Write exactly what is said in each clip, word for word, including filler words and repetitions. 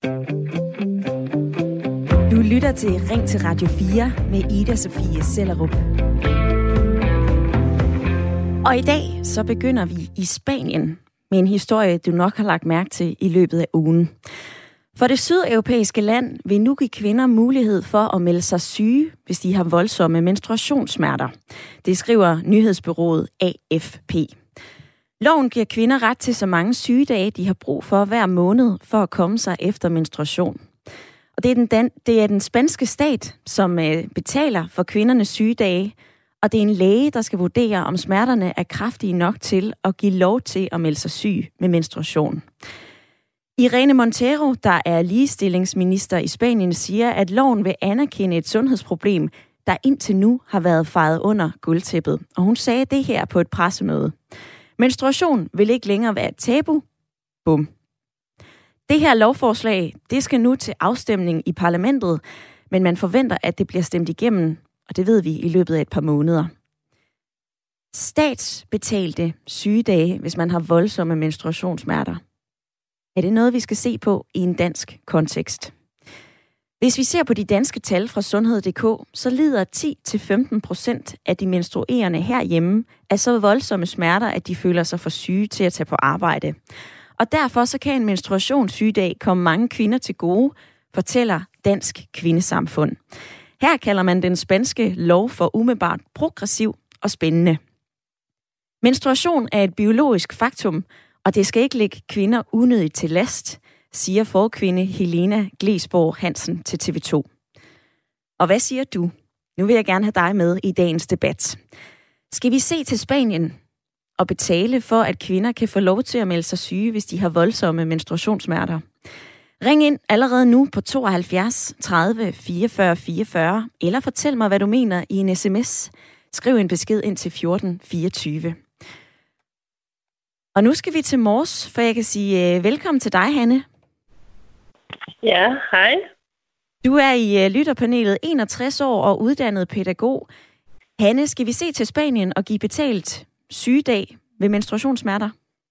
Du lytter til Ring til Radio fire med Ida Sofie Sellerup. Og i dag så begynder vi i Spanien med en historie, du nok har lagt mærke til i løbet af ugen. For det sydeuropæiske land vil nu give kvinder mulighed for at melde sig syge, hvis de har voldsomme menstruationssmerter. Det skriver nyhedsbureauet A F P. Loven giver kvinder ret til så mange sygedage, de har brug for hver måned for at komme sig efter menstruation. Og det er den, dan- det er den spanske stat, som øh, betaler for kvindernes sygedage, og det er en læge, der skal vurdere, om smerterne er kraftige nok til at give lov til at melde sig syg med menstruation. Irene Montero, der er ligestillingsminister i Spanien, siger, at loven vil anerkende et sundhedsproblem, der indtil nu har været fejet under gulvtæppet. Og hun sagde det her på et pressemøde. Menstruation vil ikke længere være et tabu. Bum. Det her lovforslag, det skal nu til afstemning i parlamentet, men man forventer, at det bliver stemt igennem, og det ved vi i løbet af et par måneder. Statsbetalte sygedage, hvis man har voldsomme menstruationssmerter. Er det noget, vi skal se på i en dansk kontekst? Hvis vi ser på de danske tal fra sundhed punktum d k, så lider ti til femten procent af de menstruerende herhjemme af så voldsomme smerter, at de føler sig for syge til at tage på arbejde. Og derfor så kan en menstruationssygedag komme mange kvinder til gode, fortæller Dansk Kvindesamfund. Her kalder man den spanske lov for umiddelbart progressiv og spændende. Menstruation er et biologisk faktum, og det skal ikke ligge kvinder unødigt til last, siger forkvinde Helena Glesborg Hansen til T V to. Og hvad siger du? Nu vil jeg gerne have dig med i dagens debat. Skal vi se til Spanien og betale for, at kvinder kan få lov til at melde sig syge, hvis de har voldsomme menstruationssmerter? Ring ind allerede nu på tooghalvfjerds tredive fireogfyrre fireogfyrre, eller fortæl mig, hvad du mener i en sms. Skriv en besked ind til fjorten fireogtyve. Og nu skal vi til Mors, for jeg kan sige uh, velkommen til dig, Hanne. Ja, hej. Du er i uh, lytterpanelet, enogtres år og uddannet pædagog. Hanne, skal vi se til Spanien og give betalt sygedag ved menstruationssmerter?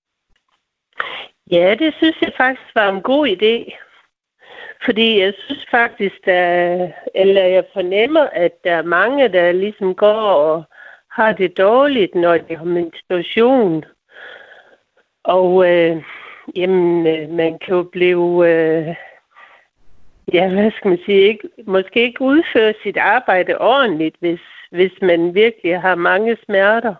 Ja, det synes jeg faktisk var en god idé. Fordi jeg synes faktisk, der, eller jeg fornemmer, at der er mange, der ligesom går og har det dårligt, når de har menstruation. Og øh, jamen, man kan jo blive, øh, ja, hvad skal man sige, ikke, måske ikke udføre sit arbejde ordentligt, hvis, hvis man virkelig har mange smerter.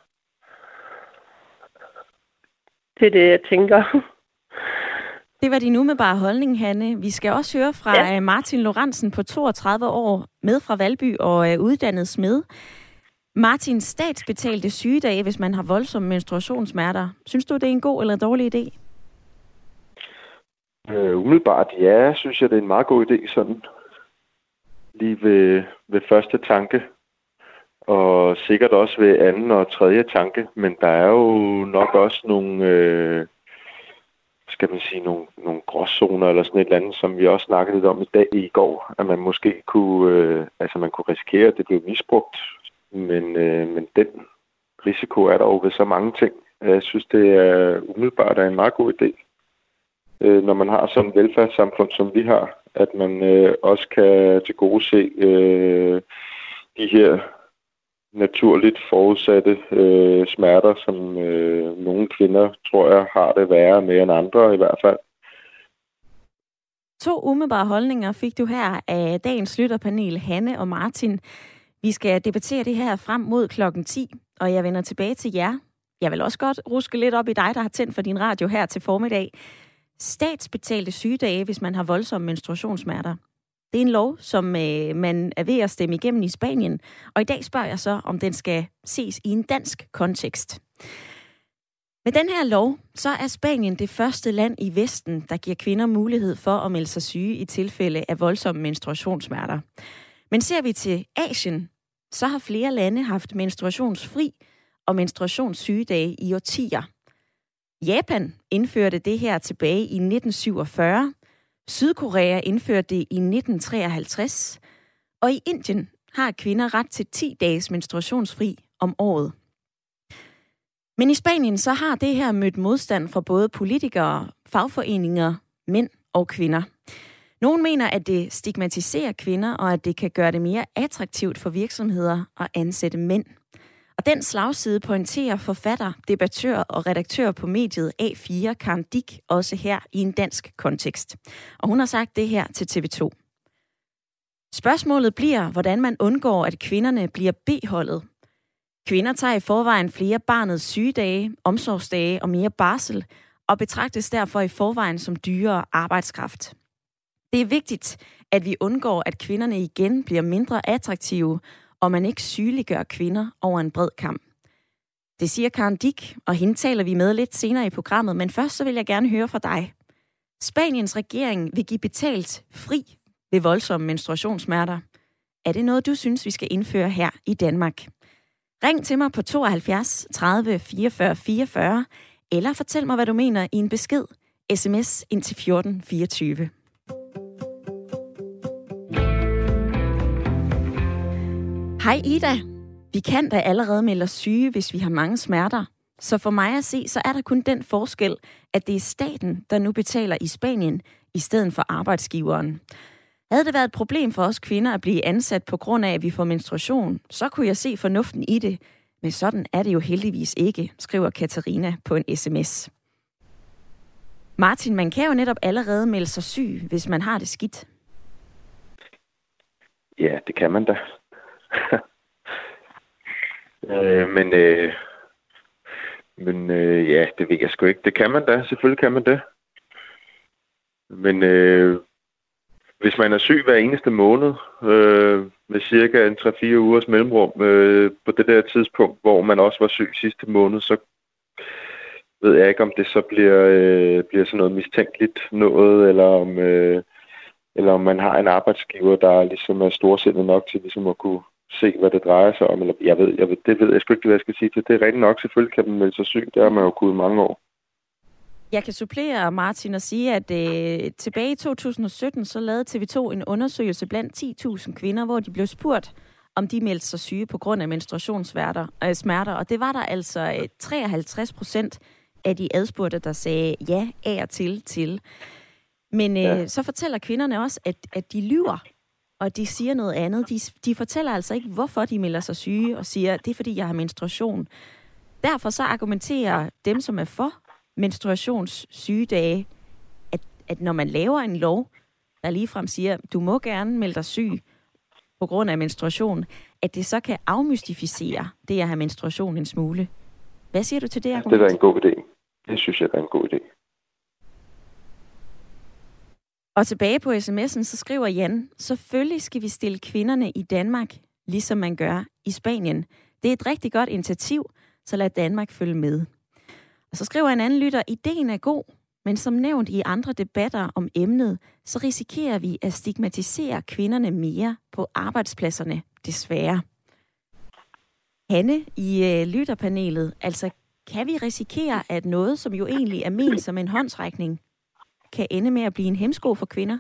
Det er det, jeg tænker. Det var din umiddelbare holdning, Hanne. Vi skal også høre fra ja. Martin Lorentzen på toogtredive år, med fra Valby og er uddannet smed. Martin, statsbetalte sygedage, hvis man har voldsomme menstruationssmerter. Synes du, det er en god eller dårlig idé? Øh, umiddelbart, ja, synes jeg, det er en meget god idé, sådan lige ved, ved første tanke. Og sikkert også ved anden og tredje tanke. Men der er jo nok også nogle, øh, skal man sige, nogle, nogle gråzoner eller sådan et eller andet, som vi også snakkede lidt om i dag i går. At man måske kunne, øh, altså man kunne risikere, at det blev misbrugt. Men, øh, men den risiko er der jo ved så mange ting. Jeg synes, det er umiddelbart er en meget god idé, øh, når man har sådan et velfærdssamfund, som vi har, at man øh, også kan tilgodese øh, de her naturligt forudsatte øh, smerter, som øh, nogle kvinder, tror jeg, har det værre med end andre i hvert fald. To umiddelbare holdninger fik du her af dagens lytterpanel, Hanne og Martin. Vi skal debattere det her frem mod klokken ti, og jeg vender tilbage til jer. Jeg vil også godt ruske lidt op i dig, der har tændt for din radio her til formiddag. Statsbetalte sygedage, hvis man har voldsomme menstruationssmerter. Det er en lov, som øh, man er ved at stemme igennem i Spanien. Og i dag spørger jeg så, om den skal ses i en dansk kontekst. Med den her lov, så er Spanien det første land i Vesten, der giver kvinder mulighed for at melde sig syge i tilfælde af voldsomme menstruationssmerter. Men ser vi til Asien, så har flere lande haft menstruationsfri og menstruationssygedage i årtier. Japan indførte det her tilbage i nitten syvogfyrre, Sydkorea indførte det i nitten treoghalvtreds, og i Indien har kvinder ret til ti dages menstruationsfri om året. Men i Spanien så har det her mødt modstand fra både politikere, fagforeninger, mænd og kvinder. Nogle mener, at det stigmatiserer kvinder, og at det kan gøre det mere attraktivt for virksomheder at ansætte mænd. Og den slagside pointerer forfatter, debattør og redaktør på mediet A fire, Karen Dick, også her i en dansk kontekst. Og hun har sagt det her til T V to. Spørgsmålet bliver, hvordan man undgår, at kvinderne bliver B-holdet. Kvinder tager i forvejen flere barnets sygedage, omsorgsdage og mere barsel, og betragtes derfor i forvejen som dyrere arbejdskraft. Det er vigtigt, at vi undgår, at kvinderne igen bliver mindre attraktive, og man ikke sygeliggør kvinder over en bred kam. Det siger Karen Dick, og hende taler vi med lidt senere i programmet, men først så vil jeg gerne høre fra dig. Spaniens regering vil give betalt fri ved voldsomme menstruationssmerter. Er det noget, du synes, vi skal indføre her i Danmark? Ring til mig på tooghalvfjerds tredive fireogfyrre fireogfyrre, eller fortæl mig, hvad du mener i en besked. Sms ind til fjorten fireogtyve. Hej Ida. Vi kan da allerede melde os syge, hvis vi har mange smerter. Så for mig at se, så er der kun den forskel, at det er staten, der nu betaler i Spanien, i stedet for arbejdsgiveren. Havde det været et problem for os kvinder at blive ansat på grund af, at vi får menstruation, så kunne jeg se fornuften i det. Men sådan er det jo heldigvis ikke, skriver Katarina på en sms. Martin, man kan jo netop allerede melde sig syg, hvis man har det skidt. Ja, det kan man da. øh, men øh, men øh, ja, det ved jeg sgu ikke. Det kan man da. Selvfølgelig kan man det. Men øh, hvis man er syg hver eneste måned, øh, med cirka en tre fire ugers mellemrum, øh, på det der tidspunkt, hvor man også var syg sidste måned, så ved jeg ikke, om det så bliver, øh, bliver sådan noget mistænkeligt noget, eller om, øh, eller om man har en arbejdsgiver, der ligesom er storsindet nok til ligesom at kunne se, hvad det drejer sig om. Eller, jeg ved, jeg ved, det ved jeg sgu ikke, hvad jeg skal sige til. Det er rigtigt nok, selvfølgelig kan man melde sig syg. Det har man jo kunnet mange år. Jeg kan supplere, Martin, og sige, at øh, tilbage i to tusind og sytten, så lavede T V to en undersøgelse blandt ti tusind kvinder, hvor de blev spurgt, om de meldte sig syge på grund af menstruationssmerter. Øh, smerter, og det var der altså øh, treoghalvtreds procent af de adspurgte, der sagde ja af og til til. Men øh, ja. Så fortæller kvinderne også, at, at de lyver, og de siger noget andet. De, de fortæller altså ikke, hvorfor de melder sig syge, og siger, det er, fordi jeg har menstruation. Derfor så argumenterer dem, som er for menstruationssygedage, at, at når man laver en lov, der ligefrem siger, du må gerne melde dig syg på grund af menstruation, at det så kan afmystificere det at have menstruation en smule. Hvad siger du til det argument? Det er da en god idé. Det synes jeg er en god idé. Og tilbage på sms'en, så skriver Jan, selvfølgelig skal vi stille kvinderne i Danmark, ligesom man gør i Spanien. Det er et rigtig godt initiativ, så lad Danmark følge med. Og så skriver en anden lytter, ideen er god, men som nævnt i andre debatter om emnet, så risikerer vi at stigmatisere kvinderne mere på arbejdspladserne, desværre. Hanne i øh, lytterpanelet, altså kan vi risikere, at noget, som jo egentlig er ment som en håndsrækning, kan ende med at blive en hæmsko for kvinder?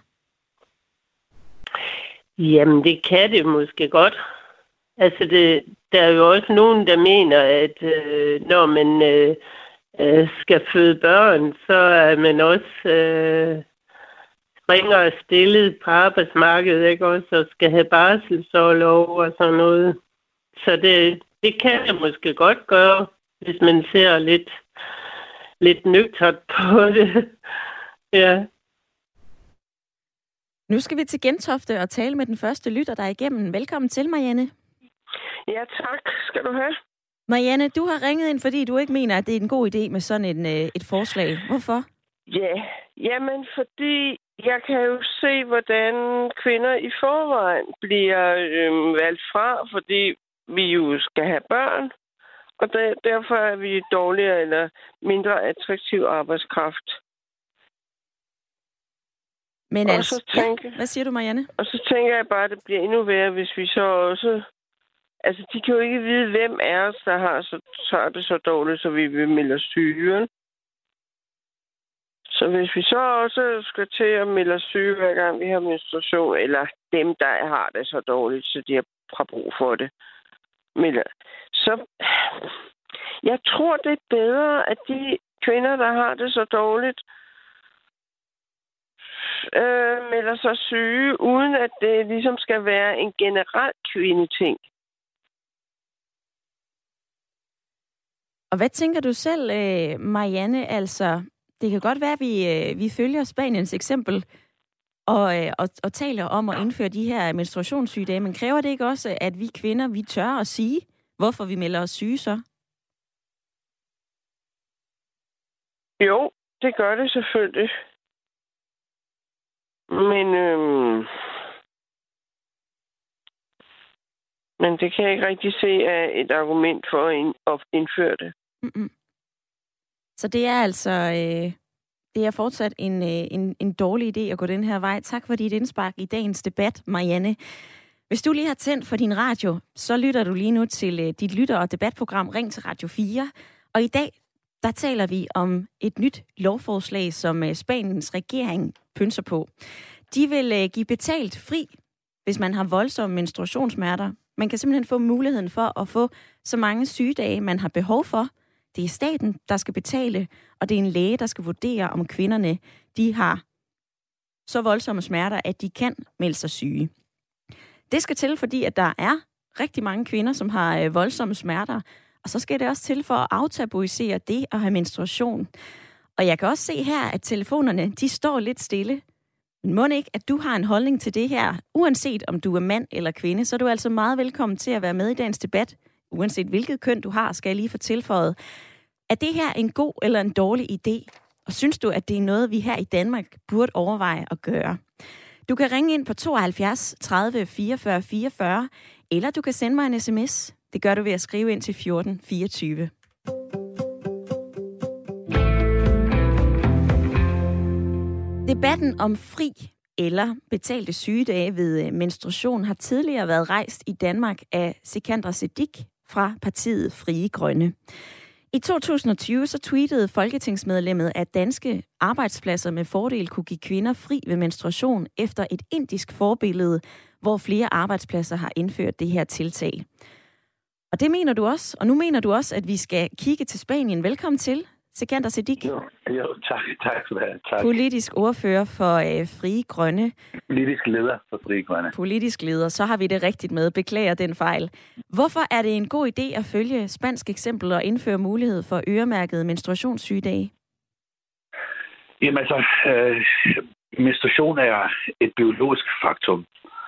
Jamen, det kan det måske godt. Altså, det, der er jo også nogen, der mener, at øh, når man øh, øh, skal føde børn, så er man også øh, springer stillet på arbejdsmarkedet, ikke også, og skal have barselsorlov og sådan noget. Så det, det kan det måske godt gøre, hvis man ser lidt, lidt nøgternt på det. Ja. Nu skal vi til Gentofte og tale med den første lytter, der er igennem. Velkommen til, Marianne. Ja, tak skal du have. Marianne, du har ringet ind, fordi du ikke mener, at det er en god idé med sådan en, et forslag. Hvorfor? Ja, jamen fordi jeg kan jo se, hvordan kvinder i forvejen bliver øhm, valgt fra, fordi vi jo skal have børn. Og der, derfor er vi dårligere eller mindre attraktiv arbejdskraft. Men og altså, tænker, ja. Hvad siger du, Marianne? Og så tænker jeg bare, at det bliver endnu værre, hvis vi så også... Altså, de kan jo ikke vide, hvem er os, der har, så, så er det så dårligt, så vi vil melde os syge. Så hvis vi så også skal til at melde os syge, hver gang vi har menstruation, eller dem, der har det så dårligt, så de har brug for det, melder, så... Jeg tror, det er bedre, at de kvinder, der har det så dårligt, øh, melder sig syge, uden at det ligesom skal være en generel kvindeting. Og hvad tænker du selv, Marianne? Altså, det kan godt være, at vi, vi følger Spaniens eksempel og, og, og taler om at indføre de her menstruationssygedage, men kræver det ikke også, at vi kvinder, vi tør at sige, hvorfor vi melder os syge så? Jo, det gør det selvfølgelig. Men, øhm, men det kan jeg ikke rigtig se af et argument for at, ind, at indføre det. Mm-mm. Så det er altså øh, det er fortsat en, øh, en, en dårlig idé at gå den her vej. Tak for dit indspark i dagens debat, Marianne. Hvis du lige har tændt for din radio, så lytter du lige nu til øh, dit lytter- og debatprogram Ring til Radio fire. Og i dag, der taler vi om et nyt lovforslag, som øh, Spaniens regering pynser på. De vil øh, give betalt fri, hvis man har voldsomme menstruationssmerter. Man kan simpelthen få muligheden for at få så mange sygedage, man har behov for. Det er staten, der skal betale, og det er en læge, der skal vurdere, om kvinderne de har så voldsomme smerter, at de kan melde sig syge. Det skal til, fordi at der er rigtig mange kvinder, som har øh, voldsomme smerter, og så skal det også til for at aftabuisere det at have menstruation. Og jeg kan også se her, at telefonerne, de står lidt stille. Men må ikke, at du har en holdning til det her, uanset om du er mand eller kvinde, så er du altså meget velkommen til at være med i dagens debat. Uanset hvilket køn du har, skal jeg lige få tilføjet. Er det her en god eller en dårlig idé? Og synes du, at det er noget, vi her i Danmark burde overveje at gøre? Du kan ringe ind på tooghalvfjerds tredive fireogfyrre fireogfyrre, eller du kan sende mig en sms. Det gør du ved at skrive ind til fjorten fireogtyve. Debatten om fri eller betalte sygedage ved menstruation har tidligere været rejst i Danmark af Sikandar Siddique fra partiet Frie Grønne. I to tusind og tyve så tweetede folketingsmedlemmet, at danske arbejdspladser med fordel kunne give kvinder fri ved menstruation efter et indisk forbillede, hvor flere arbejdspladser har indført det her tiltag. Og det mener du også, og nu mener du også, at vi skal kigge til Spanien. Velkommen til, Sikandar Siddique. Jo, jo, tak, tak for det. Tak. Politisk ordfører for øh, Frie Grønne. Politisk leder for Frie Grønne. Politisk leder, så har vi det rigtigt med. Beklager den fejl. Hvorfor er det en god idé at følge spansk eksempel og indføre mulighed for øremærkede menstruationssygedage? Jamen altså, øh, menstruation er et biologisk faktum.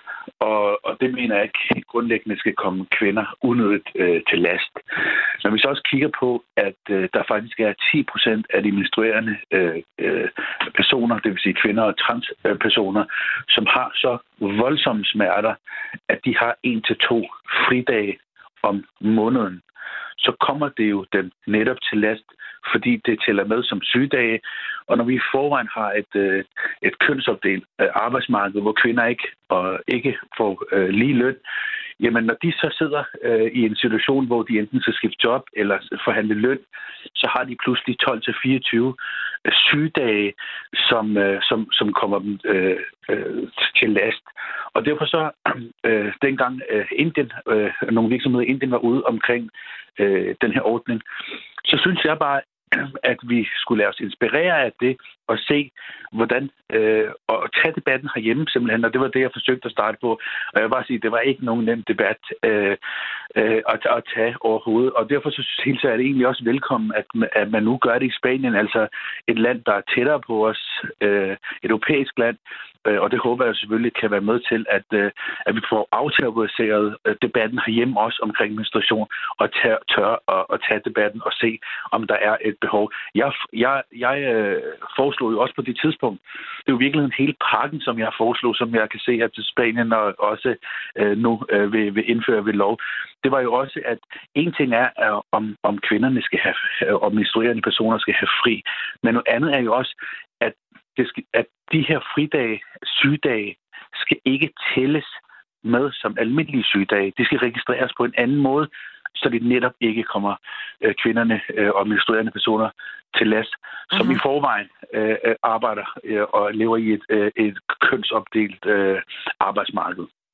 Og, og det mener jeg ikke grundlæggende skal komme kvinder unødigt øh, til last. Når vi så også kigger på, at øh, der faktisk er ti procent af de menstruerende øh, øh, personer, det vil sige kvinder og transpersoner, øh, som har så voldsomme smerter, at de har en til to fridage om måneden, så kommer det jo dem netop til last, fordi det tæller med som sygedage. Og når vi i forvejen har et, et kønsopdelt arbejdsmarked, hvor kvinder ikke, og ikke får øh, lige løn, jamen når de så sidder øh, i en situation, hvor de enten skal skifte job eller forhandle løn, så har de pludselig tolv til fireogtyve sygedage, som, øh, som, som kommer dem øh, øh, til last. Og derfor så, øh, dengang øh, Indien, øh, nogle virksomheder i Indien var ude omkring øh, den her ordning, så synes jeg bare, at vi skulle lade os inspirere af det og se, hvordan øh, og tage debatten herhjemme simpelthen, og det var det, jeg forsøgte at starte på. Og jeg vil bare sige, det var ikke nogen nem debat øh, øh, at, at tage overhovedet, og derfor så hilser jeg det egentlig også velkommen, at, at man nu gør det i Spanien, altså et land, der er tættere på os, øh, et europæisk land, øh, og det håber jeg selvfølgelig kan være med til, at, øh, at vi får aftabuiseret øh, debatten herhjemme også omkring menstruation, og tør, tør at, at tage debatten og se, om der er et behov. Jeg, jeg, jeg øh, foreslog jo også på det tidspunkt, det er jo virkelig en hele pakken, som jeg foreslog, som jeg kan se, at Spanien og også øh, nu øh, vil, vil indføre ved lov. Det var jo også, at en ting er, at om, om kvinderne skal have, om menstruerende personer skal have fri, men noget andet er jo også, at, det skal, at de her fridage, sygedage, skal ikke tælles med som almindelige sygedage. De skal registreres på en anden måde, så det netop ikke kommer øh, kvinderne øh, og menstruerende personer til last, som uh-huh. i forvejen øh, arbejder øh, og lever i et, øh, et kønsopdelt øh, arbejdsmarked.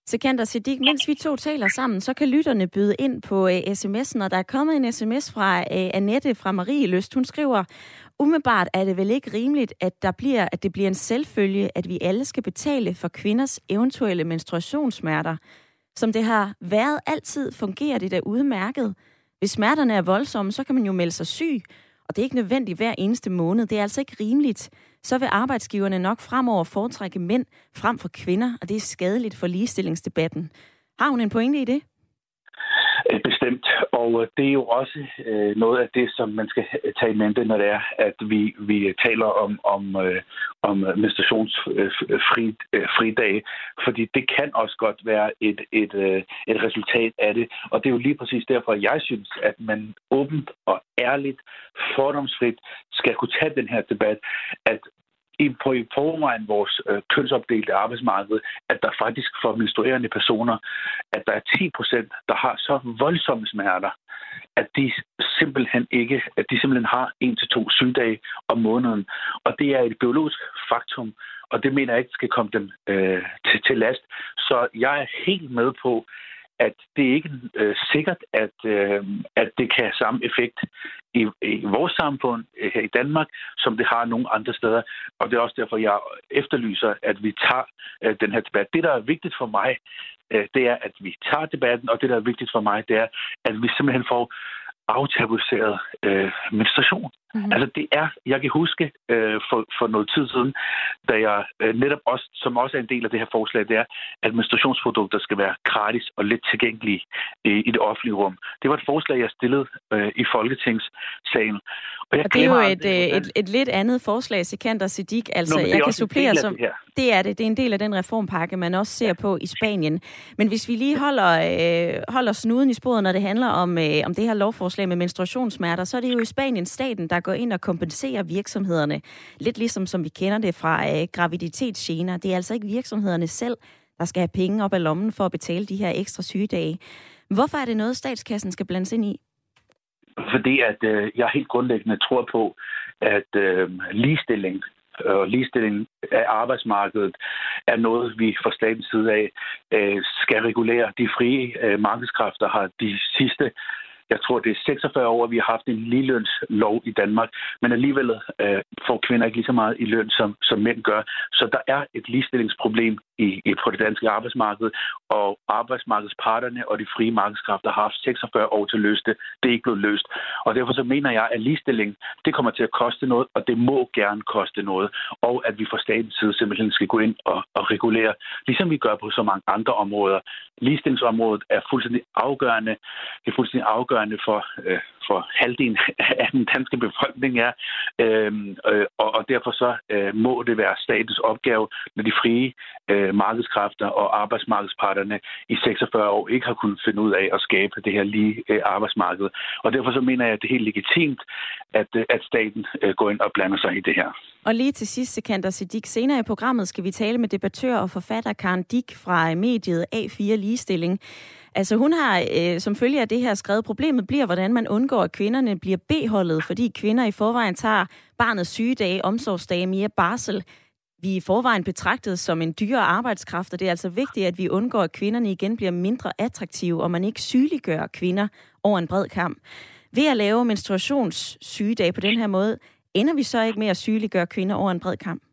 Sikander Siddique, mens vi to taler sammen, så kan lytterne byde ind på uh, sms'en, og der er kommet en sms fra uh, Annette fra Marielyst. Hun skriver, umiddelbart er det vel ikke rimeligt, at, der bliver, at det bliver en selvfølge, at vi alle skal betale for kvinders eventuelle menstruationssmerter. Som det har været altid, fungerer det da udmærket. Hvis smerterne er voldsomme, så kan man jo melde sig syg, og det er ikke nødvendigt hver eneste måned. Det er altså ikke rimeligt. Så vil arbejdsgiverne nok fremover foretrække mænd frem for kvinder, og det er skadeligt for ligestillingsdebatten. Har hun en pointe i det? Bestemt, og det er jo også øh, noget af det, som man skal tage i mente, når det er, at vi, vi taler om, om, øh, om menstruationsfri øh, fridage, fordi det kan også godt være et, et, øh, et resultat af det, og det er jo lige præcis derfor, jeg synes, at man åbent og ærligt, fordomsfrit skal kunne tage den her debat, at i på i forvejen vores øh, kønsopdelte arbejdsmarked, at der faktisk for menstruerende personer, at der er ti procent, der har så voldsomme smerter, at de simpelthen ikke, at de simpelthen har en til to sygedage om måneden. Og det er et biologisk faktum, og det mener jeg ikke skal komme dem øh, til, til last. Så jeg er helt med på, at det ikke er øh, sikkert, at, øh, at det kan have samme effekt i, i vores samfund øh, her i Danmark, som det har nogle andre steder. Og det er også derfor, jeg efterlyser, at vi tager øh, den her debat. Det, der er vigtigt for mig, øh, det er, at vi tager debatten, og det, der er vigtigt for mig, det er, at vi simpelthen får aftabuiseret øh, menstruation. Mm-hmm. Altså det er, jeg kan huske øh, for, for noget tid siden, da jeg øh, netop også, som også er en del af det her forslag, det er, at menstruationsprodukter skal være gratis og let tilgængelige i, i det offentlige rum. Det var et forslag, jeg stillede øh, i Folketingssalen. Og, jeg og det er jo et, aldrig, et, et lidt andet forslag, Sikander Siddique. Altså, Nå, jeg kan supplere som... Det, det er det. Det er en del af den reformpakke, man også ser på i Spanien. Men hvis vi lige holder, øh, holder snuden i sporet, når det handler om, øh, om det her lovforslag med menstruationssmerter, så er det jo i Spanien staten, der går ind og kompenserer virksomhederne. Lidt ligesom som vi kender det fra øh, graviditetsgener. Det er altså ikke virksomhederne selv, der skal have penge op af lommen for at betale de her ekstra sygedage. Hvorfor er det noget, statskassen skal blandes ind i? Fordi at øh, jeg helt grundlæggende tror på, at øh, ligestilling og ligestilling af arbejdsmarkedet er noget, vi fra statens side af øh, skal regulere. De frie øh, markedskræfter har de sidste, jeg tror det er seksogfyrre år, vi har haft en ligelønslov i Danmark, men alligevel øh, får kvinder ikke lige så meget i løn, som, som mænd gør. Så der er et ligestillingsproblem i, i, på det danske arbejdsmarked, og arbejdsmarkedsparterne og de frie markedskræfter har haft seksogfyrre år til at løse det. Det er ikke blevet løst. Og derfor så mener jeg, at ligestilling, det kommer til at koste noget, og det må gerne koste noget. Og at vi fra statens side simpelthen skal gå ind og, og regulere, ligesom vi gør på så mange andre områder. Ligestillingsområdet er fuldstændig afgørende. Det er fuldstændig afgørende for, øh, for halvdelen af den danske befolkning er. Øh, øh, og, og derfor så øh, må det være statens opgave, når de frie øh, markedskræfter og arbejdsmarkedsparterne i seksogfyrre år ikke har kunnet finde ud af at skabe det her lige øh, arbejdsmarked. Og derfor så mener jeg, at det er helt legitimt, at, øh, at staten øh, går ind og blander sig i det her. Og lige til sidst, Sikander Siddique, senere i programmet skal vi tale med debattør og forfatter Karen Dick fra mediet A fire Ligestilling. Altså hun har øh, som følge af det her skrevet, problemet bliver, hvordan man undgår, at kvinderne bliver B-holdet, fordi kvinder i forvejen tager barnets sygedage, omsorgsdage, mere barsel. Vi er i forvejen betragtet som en dyrere arbejdskraft, og det er altså vigtigt, at vi undgår, at kvinderne igen bliver mindre attraktive, og man ikke sygeliggør kvinder over en bred kamp. Ved at lave menstruationssygedage på den her måde, ender vi så ikke med at sygeliggøre kvinder over en bred kamp?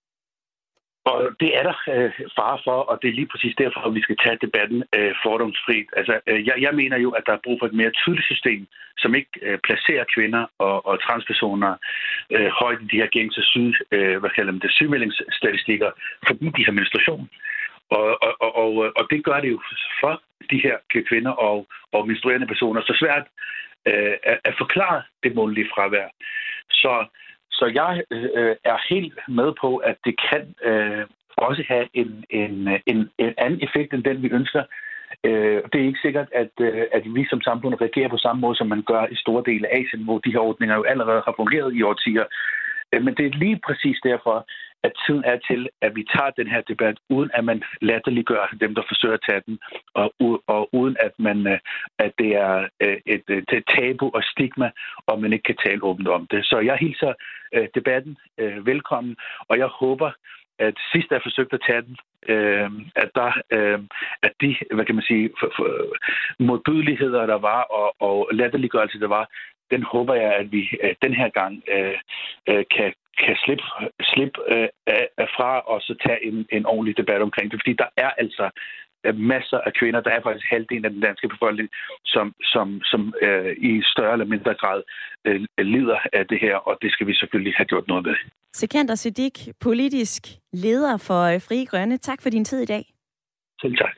Og det er der øh, fare for, og det er lige præcis derfor, at vi skal tage debatten øh, fordomsfrit. Altså, øh, jeg, jeg mener jo, at der er brug for et mere tydeligt system, som ikke øh, placerer kvinder og, og transpersoner øh, højt i de her gængse syge, øh, hvad kalder man det, sygemeldingsstatistikker, fordi de har menstruation. Og, og, og, og, og det gør det jo for de her kvinder og, og menstruerende personer så svært øh, at, at forklare det månedlige fravær. Så Så jeg øh, er helt med på, at det kan øh, også have en, en, en, en anden effekt, end den vi ønsker. Øh, det er ikke sikkert, at, øh, at vi som samfund reagerer på samme måde, som man gør i store dele af Asien, hvor de her ordninger jo allerede har fungeret i årtier. Øh, men det er lige præcis derfor, at tiden er til, at vi tager den her debat, uden at man latterliggør dem, der forsøger at tage den, og, og uden at, man, at det er et, et tabu og stigma, og man ikke kan tale åbent om det. Så jeg hilser debatten velkommen, og jeg håber, at sidst jeg forsøgte at tage den, øh, at der øh, at de, hvad kan man sige, for, for, modbydeligheder, der var, og, og latterliggørelse, der var, den håber jeg, at vi øh, den her gang øh, øh, kan, kan slippe, slippe øh, fra og så tage en, en ordentlig debat omkring det. Fordi der er altså masser af kvinder, der er faktisk halvdelen af den danske befolkning, som, som, som øh, i større eller mindre grad øh, lider af det her, og det skal vi selvfølgelig have gjort noget med. Sikander Siddique, politisk leder for Frie Grønne. Tak for din tid i dag. Selv tak.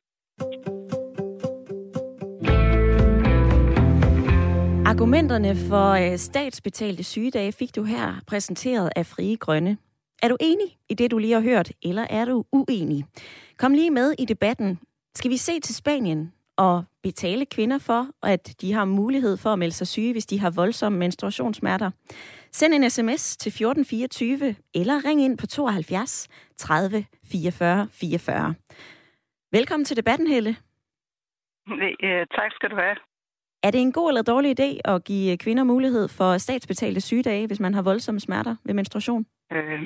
Argumenterne for statsbetalte sygedage fik du her præsenteret af Frie Grønne. Er du enig i det, du lige har hørt, eller er du uenig? Kom lige med i debatten. Skal vi se til Spanien og betale kvinder for, at de har mulighed for at melde sig syge, hvis de har voldsomme menstruationssmerter? Send en sms til fjorten fireogtyve, eller ring ind på tooghalvfjerds tredive fireogfyrre fireogfyrre. Velkommen til debatten, Helle. Øh, tak skal du have. Er det en god eller dårlig idé at give kvinder mulighed for statsbetalte sygedage, hvis man har voldsomme smerter ved menstruation? Øh,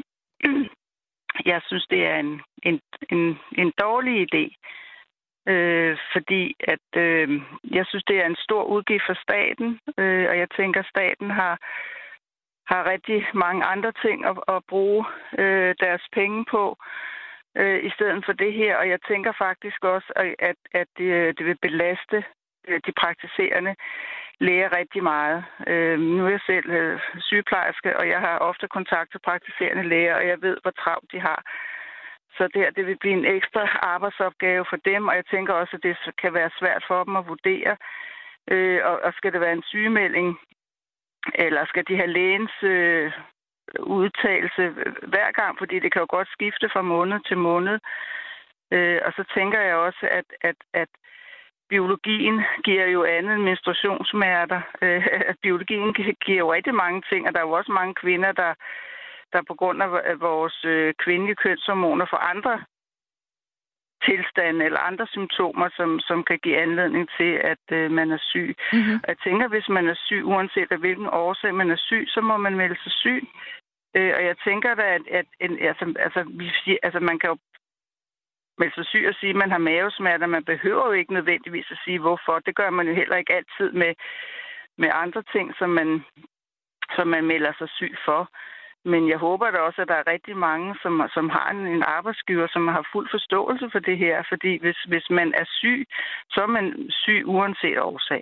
jeg synes, det er en, en, en, en dårlig idé, øh, fordi at, øh, jeg synes, det er en stor udgift for staten, øh, og jeg tænker, at staten har, har rigtig mange andre ting at, at bruge øh, deres penge på, øh, i stedet for det her. Og jeg tænker faktisk også, at, at det, det vil belaste de praktiserende læger rigtig meget. Øh, nu er jeg selv øh, sygeplejerske, og jeg har ofte kontakt til praktiserende læger, og jeg ved, hvor travlt de har. Så det her, det vil blive en ekstra arbejdsopgave for dem, og jeg tænker også, at det kan være svært for dem at vurdere. Øh, og, og skal det være en sygemelding, eller skal de have lægens øh, udtalelse hver gang, fordi det kan jo godt skifte fra måned til måned. Øh, og så tænker jeg også, at, at, at biologien giver jo andet end menstruationssmerter. Øh, biologien giver jo rigtig mange ting, og der er jo også mange kvinder, der, der på grund af vores øh, kvindelige kønshormoner får andre tilstande eller andre symptomer, som, som kan give anledning til, at øh, man er syg. Mm-hmm. Jeg tænker, hvis man er syg, uanset af hvilken årsag man er syg, så må man melde sig syg. Øh, og jeg tænker da, at, at en, altså, altså, vi, altså, man kan jo melde sig syg og sige, at man har mavesmerter. Man behøver jo ikke nødvendigvis at sige, hvorfor. Det gør man jo heller ikke altid med, med andre ting, som man, som man melder sig syg for. Men jeg håber da også, at der er rigtig mange, som, som har en, en arbejdsgiver, som har fuld forståelse for det her. Fordi hvis, hvis man er syg, så er man syg uanset årsag.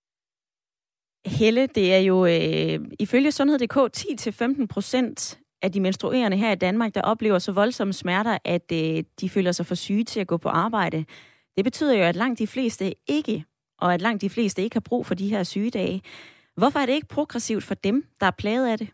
Helle, det er jo øh, ifølge sundhed punktum d k ti til femten procent af de menstruerende her i Danmark, der oplever så voldsomme smerter, at øh, de føler sig for syge til at gå på arbejde. Det betyder jo, at langt de fleste ikke, og at langt de fleste ikke har brug for de her sygedage. Hvorfor er det ikke progressivt for dem, der er plaget af det?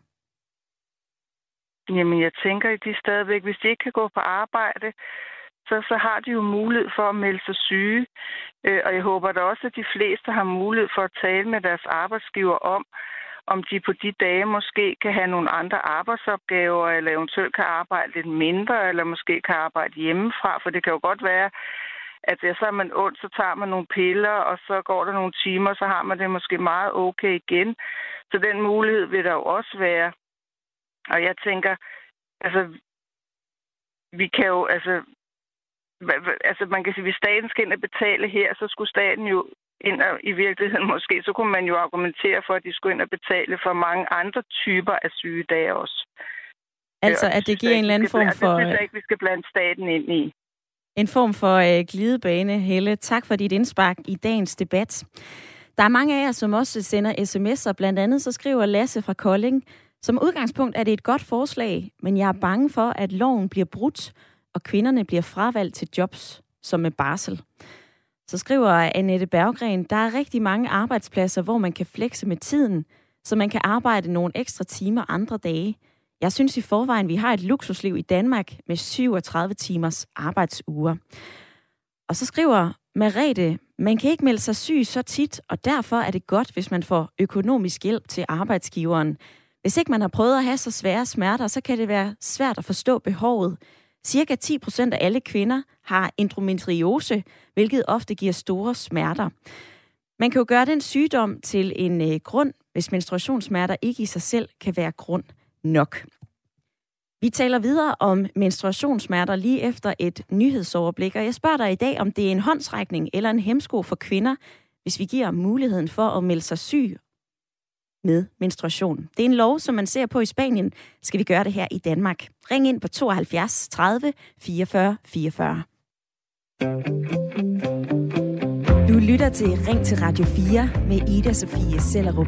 Jamen, jeg tænker, at de stadigvæk, hvis de ikke kan gå på arbejde, så, så har de jo mulighed for at melde sig syge. Øh, og jeg håber da også, at de fleste har mulighed for at tale med deres arbejdsgiver om, om de på de dage måske kan have nogle andre arbejdsopgaver, eller eventuelt kan arbejde lidt mindre, eller måske kan arbejde hjemmefra. For det kan jo godt være, at ja, så er man ondt, så tager man nogle piller, og så går der nogle timer, så har man det måske meget okay igen. Så den mulighed vil der jo også være. Og jeg tænker, altså, vi kan jo, altså, altså man kan sige, hvis staten skal ind og betale her, så skulle staten jo ind og, i virkeligheden måske, så kunne man jo argumentere for, at de skulle ind og betale for mange andre typer af sygedage også. Altså, at det giver en eller anden form for... Det synes jeg ikke, vi skal blande staten ind i. En form for øh, glidebane, Helle. Tak for dit indspark i dagens debat. Der er mange af jer, som også sender sms'er. Blandt andet så skriver Lasse fra Kolding: som udgangspunkt er det et godt forslag, men jeg er bange for, at loven bliver brudt, og kvinderne bliver fravalgt til jobs, som med barsel. Så skriver Annette Berggren: der er rigtig mange arbejdspladser, hvor man kan flexe med tiden, så man kan arbejde nogle ekstra timer andre dage. Jeg synes i forvejen, vi har et luksusliv i Danmark med syvogtredive timers arbejdsuger. Og så skriver Merete: man kan ikke melde sig syg så tit, og derfor er det godt, hvis man får økonomisk hjælp til arbejdsgiveren. Hvis ikke man har prøvet at have så svære smerter, så kan det være svært at forstå behovet. Cirka ti procent af alle kvinder har endometriose, hvilket ofte giver store smerter. Man kan jo gøre den sygdom til en øh, grund, hvis menstruationssmerter ikke i sig selv kan være grund nok. Vi taler videre om menstruationssmerter lige efter et nyhedsoverblik, og jeg spørger dig i dag, om det er en håndsrækning eller en hæmsko for kvinder, hvis vi giver muligheden for at melde sig syg med menstruation. Det er en lov, som man ser på i Spanien. Skal vi gøre det her i Danmark? Ring ind på tooghalvfjerds tredive fireogfyrre fireogfyrre. Du lytter til Ring til Radio fire med Ida Sofie Sellerup.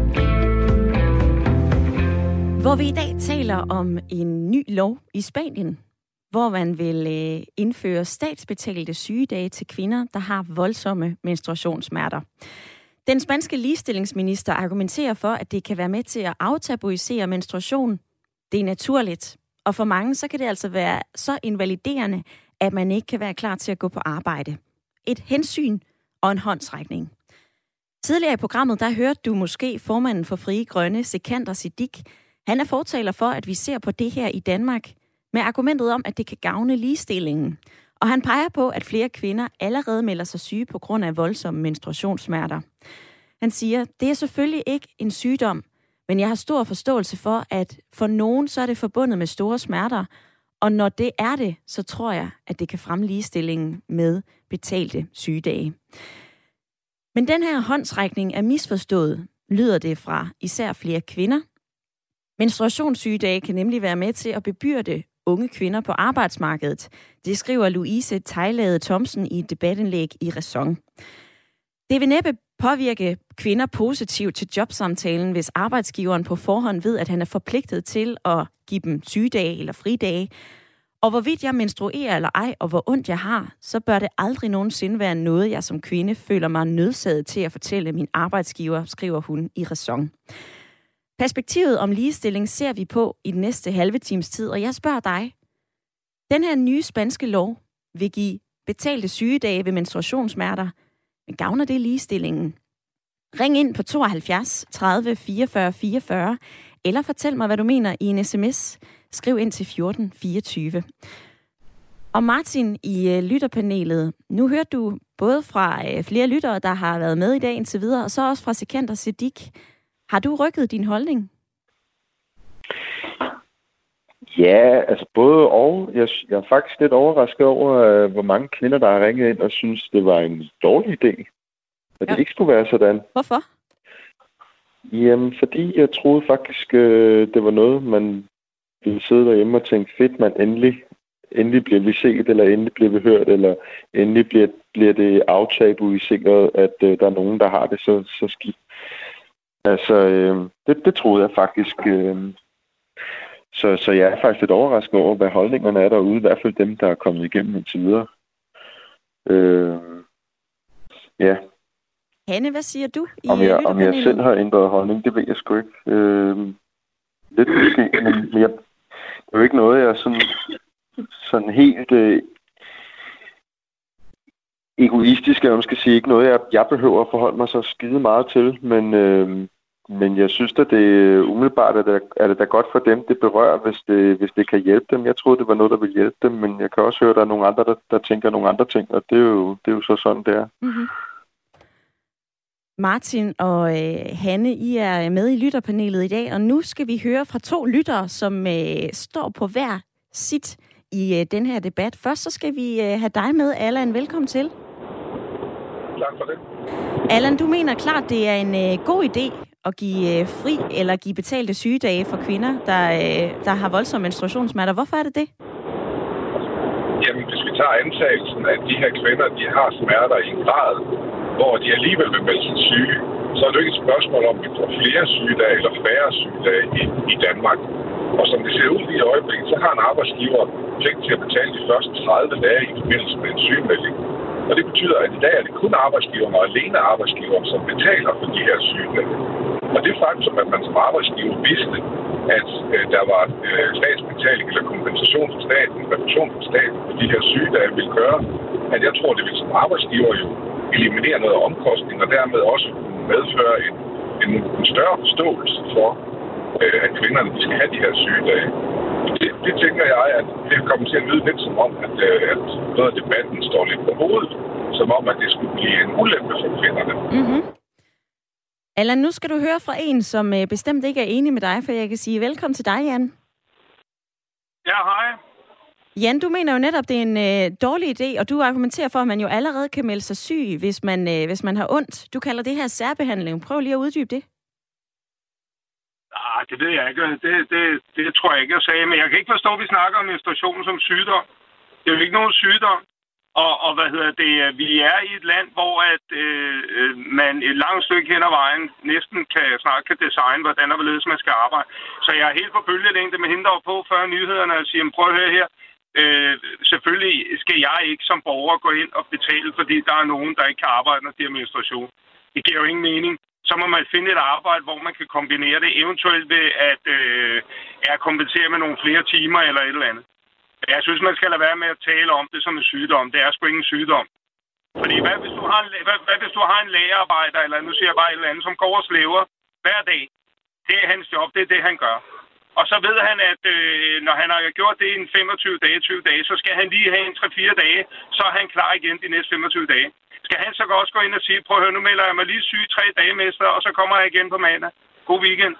Hvor vi i dag taler om en ny lov i Spanien, hvor man vil indføre statsbetalte sygedage til kvinder, der har voldsomme menstruationssmerter. Den spanske ligestillingsminister argumenterer for, at det kan være med til at aftabuisere menstruation. Det er naturligt, og for mange så kan det altså være så invaliderende, at man ikke kan være klar til at gå på arbejde. Et hensyn og en håndsrækning. Tidligere i programmet, der hørte du måske formanden for Frie Grønne, Sikander Siddique. Han er fortaler for, at vi ser på det her i Danmark med argumentet om, at det kan gavne ligestillingen. Og han peger på, at flere kvinder allerede melder sig syge på grund af voldsomme menstruationssmerter. Han siger, det er selvfølgelig ikke en sygdom, men jeg har stor forståelse for, at for nogen så er det forbundet med store smerter, og når det er det, så tror jeg, at det kan fremme ligestillingen med betalte sygedage. Men den her håndsrækning er misforstået, lyder det fra især flere kvinder. Menstruationssygedage kan nemlig være med til at bebyrde unge kvinder på arbejdsmarkedet. Det skriver Louise Tejlade Thomsen i et debatindlæg i Ræson. Det vil næppe påvirke kvinder positivt til jobsamtalen, hvis arbejdsgiveren på forhånd ved, at han er forpligtet til at give dem sygedage eller fridage. Og hvorvidt jeg menstruerer eller ej, og hvor ondt jeg har, så bør det aldrig nogensinde være noget, jeg som kvinde føler mig nødsaget til at fortælle min arbejdsgiver, skriver hun i Ræson. Perspektivet om ligestilling ser vi på i den næste halve times tid, og jeg spørger dig. Den her nye spanske lov vil give betalte sygedage ved menstruationssmerter. Men gavner det ligestillingen? Ring ind på tooghalvfjerds tredive fireogfyrre fireogfyrre, eller fortæl mig, hvad du mener i en sms. Skriv ind til fjorten fireogtyve. Og Martin i lytterpanelet, nu hørte du både fra flere lyttere, der har været med i dag indtil videre, og så også fra Sikander Siddique. Har du rykket din holdning? Ja, altså både og. Jeg, jeg er faktisk lidt overrasket over, hvor mange kvinder, der har ringet ind og synes, det var en dårlig idé. At ja. Det ikke skulle være sådan. Hvorfor? Jamen, fordi jeg troede faktisk, det var noget, man ville sidde derhjemme og tænke, fedt, man endelig, endelig bliver vi set, eller endelig bliver vi hørt, eller endelig bliver, bliver det aftabuiseret, at uh, der er nogen, der har det så, så skidt. Altså, øh, det, det troede jeg faktisk. Øh, så, så jeg er faktisk lidt overrasket over, hvad holdningerne er derude. I hvert fald dem, der er kommet igennem indtil videre. Øh, ja. Hanne, hvad siger du? I om jeg, om jeg selv har ændret holdning, det ved jeg sgu ikke. Øh, lidt måske, men jeg, det er jo ikke noget, jeg er sådan, sådan helt øh, egoistisk, jeg skal sige. Ikke noget, jeg, jeg behøver at forholde mig så skide meget til, men... Øh, Men jeg synes, at det umiddelbart er det, er det da godt for dem, det berører, hvis det, hvis det kan hjælpe dem. Jeg troede, det var noget, der ville hjælpe dem, men jeg kan også høre, at der er nogle andre, der, der tænker nogle andre ting, og det er jo, det er jo så sådan, det er. Mm-hmm. Martin og øh, Hanne, I er med i lytterpanelet i dag, og nu skal vi høre fra to lyttere, som øh, står på hver sit i øh, den her debat. Først så skal vi øh, have dig med, Allan. Velkommen til. Tak for det. Allan, du mener klart, det er en øh, god idé at give øh, fri eller give betalte sygedage for kvinder, der, øh, der har voldsomme menstruationssmerter. Hvorfor er det det? Jamen, hvis vi tager antagelsen, at de her kvinder, de har smerter i en grad, hvor de alligevel vil melde sig syge, så er det ikke et spørgsmål om, vi får flere sygedage eller færre sygedage i, i Danmark. Og som det ser ud i øjeblikket, så har en arbejdsgiver pligt til at betale de første tredive dage i forbindelse med en sygemelding. Og det betyder, at i dag er det kun arbejdsgiveren og alene arbejdsgiveren, som betaler for de her sygedage. Og det faktum, at man som arbejdsgiver vidste, at øh, der var øh, statsbetaling eller kompensation fra staten, refusion fra staten for de her sygedage, vil gøre, at jeg tror, det vil som arbejdsgiver jo eliminere noget omkostning, og dermed også medføre en, en, en større forståelse for, øh, at kvinderne de skal have de her sygedage. Det, det tænker jeg, at det kommer til at lyde lidt som om, at, at noget af debatten står lidt på hovedet, som om, at det skulle blive en ulempe for kvinderne. Mm-hmm. Allan, nu skal du høre fra en, som bestemt ikke er enig med dig, for jeg kan sige velkommen til dig, Jan. Ja, hej. Jan, du mener jo netop, det er en øh, dårlig idé, og du argumenterer for, at man jo allerede kan melde sig syg, hvis man, øh, hvis man har ondt. Du kalder det her særbehandling. Prøv lige at uddybe det. Ah, det ved jeg ikke. Det, det, det tror jeg ikke, jeg sagde. Men jeg kan ikke forstå, at vi snakker om menstruation som sygdom. Det er jo ikke nogen sygdom. Og, og hvad hedder det? Vi er i et land, hvor at, øh, man et langt stykke hen ad vejen næsten kan, snart kan designe, hvordan og hvorledes man skal arbejde. Så jeg er helt på bølgelængde med hende på før nyhederne og siger, prøv at høre her. Øh, selvfølgelig skal jeg ikke som borger gå ind og betale, fordi der er nogen, der ikke kan arbejde, når de har menstruation. Det giver jo ingen mening. Så må man finde et arbejde, hvor man kan kombinere det, eventuelt ved at øh, er kompensere med nogle flere timer eller et eller andet. Jeg synes, man skal lade være med at tale om det som en sygdom. Det er sgu ikke en sygdom. Fordi hvad hvis du har en, hvad, hvad, hvis du har en lagerarbejder, eller nu siger jeg bare et eller andet, som går og slæver hver dag. Det er hans job, det er det, han gør. Og så ved han, at øh, når han har gjort det i en femogtyve dage, tyve dage, så skal han lige have en tre fire dage, så er han klar igen de næste femogtyve dage. Skal han så også gå ind og sige, prøv at høre, nu melder jeg mig lige syg tre dage, mester, og så kommer jeg igen på mandag. God weekend.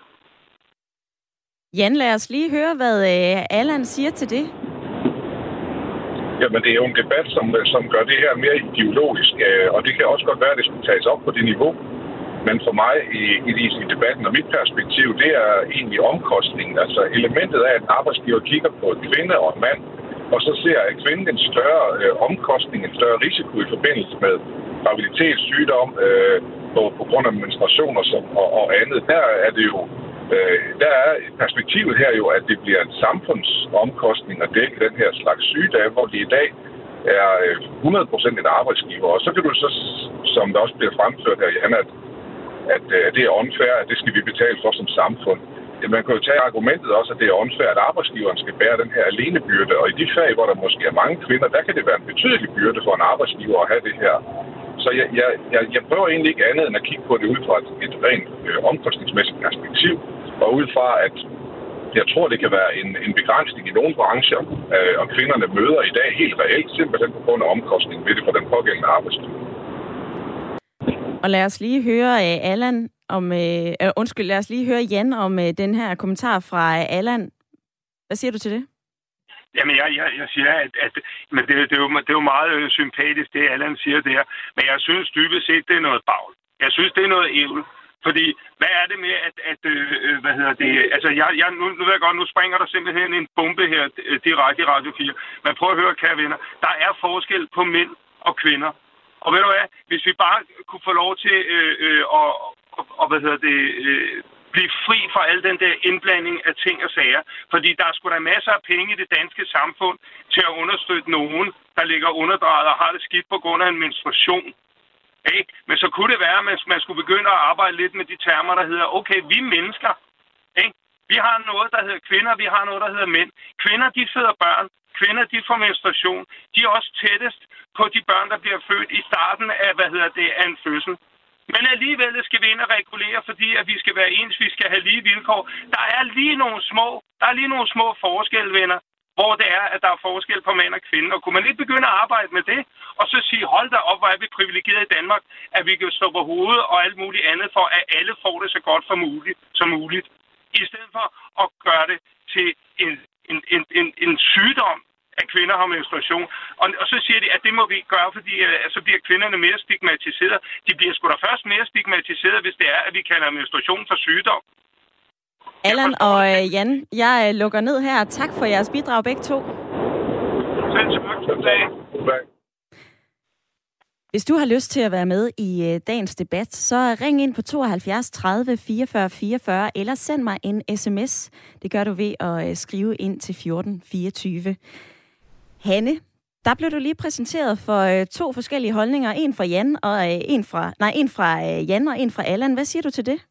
Jan, lad os lige høre, hvad øh, Allan siger til det. Jamen, det er jo en debat, som, som gør det her mere ideologisk, øh, og det kan også godt være, at det skal tages op på det niveau. Men for mig i, i, i debatten og mit perspektiv, det er egentlig omkostningen. Altså elementet af, at en arbejdsgiver kigger på en kvinde og en mand, og så ser at kvinden en større øh, omkostning, en større risiko i forbindelse med graviditet, sygdom, øh, på, på grund af menstruationer som, og, og andet. Der er det jo, øh, der er perspektivet her jo, at det bliver en samfundsomkostning at dække den her slags sygdage, hvor de i dag er øh, hundrede procent en arbejdsgiver. Og så kan du så, som der også bliver fremført her, Jan, at at øh, det er unfair, at det skal vi betale for som samfund. Man kan jo tage argumentet også, at det er unfair, at arbejdsgiveren skal bære den her alenebyrde, og i de fag, hvor der måske er mange kvinder, der kan det være en betydelig byrde for en arbejdsgiver at have det her. Så jeg, jeg, jeg, jeg prøver egentlig ikke andet end at kigge på det ud fra et, et rent øh, omkostningsmæssigt perspektiv, og ud fra, at jeg tror, det kan være en, en begrænsning i nogle brancher, øh, og kvinderne møder i dag helt reelt, simpelthen på grund af omkostningen ved det for den pågældende arbejdsgiver. Og lad os lige høre uh, Allan om, uh, uh, undskyld, lad os lige høre Jan om uh, den her kommentar fra uh, Allan. Hvad siger du til det? Jamen, jeg, jeg, jeg siger, at, at men det, det, er jo, det er jo meget øh, sympatisk, det Allan siger der. Men jeg synes dybest set, det er noget bagl. Jeg synes, det er noget ævl. Fordi, hvad er det med, at, at øh, hvad hedder det, altså, jeg, jeg, nu, nu ved jeg godt, nu springer der simpelthen en bombe her øh, direkte i Radio fire. Men prøv at høre, kære venner, der er forskel på mænd og kvinder. Og ved du hvad, hvis vi bare kunne få lov til øh, øh, at og, og, hvad hedder det, øh, blive fri fra al den der indblanding af ting og sager. Fordi der er sgu da masser af penge i det danske samfund til at understøtte nogen, der ligger underdrejet og har det skidt på grund af en menstruation. Ikke? Men så kunne det være, at man, man skulle begynde at arbejde lidt med de termer, der hedder, okay, vi er mennesker. Ikke? Vi har noget, der hedder kvinder, vi har noget, der hedder mænd. Kvinder, de føder børn. Kvinder, de får menstruation. De er også tættest på de børn, der bliver født i starten af, hvad hedder det, af en fødsel. Men alligevel skal vi ind og regulere, fordi at vi skal være ens, vi skal have lige vilkår. Der er lige nogle små, der er lige nogle små forskelle, venner, hvor det er, at der er forskel på mænd og kvinder. Og kunne man ikke begynde at arbejde med det, og så sige, hold da op, hvor er vi privilegeret i Danmark, at vi kan stå på hovedet og alt muligt andet for, at alle får det så godt for muligt, som muligt. I stedet for at gøre det til en, en, en, en, en sygdom, at kvinder har menstruation. Og, og så siger de, at det må vi gøre, fordi uh, så bliver kvinderne mere stigmatiseret. De bliver sgu da først mere stigmatiseret, hvis det er, at vi kalder menstruation for sygdom. Allan og uh, Jan, jeg uh, lukker ned her. Tak for jeres bidrag begge to. Selv tak. Hvis du har lyst til at være med i uh, dagens debat, så ring ind på tooghalvfjerds tredive fireogfyrre fireogfyrre, eller send mig en sms. Det gør du ved at uh, skrive ind til fjorten fireogtyve. Hanne, der blev du lige præsenteret for uh, to forskellige holdninger. En fra Jan og uh, en fra nej, en fra uh, Jan og en fra Allan. Hvad siger du til det?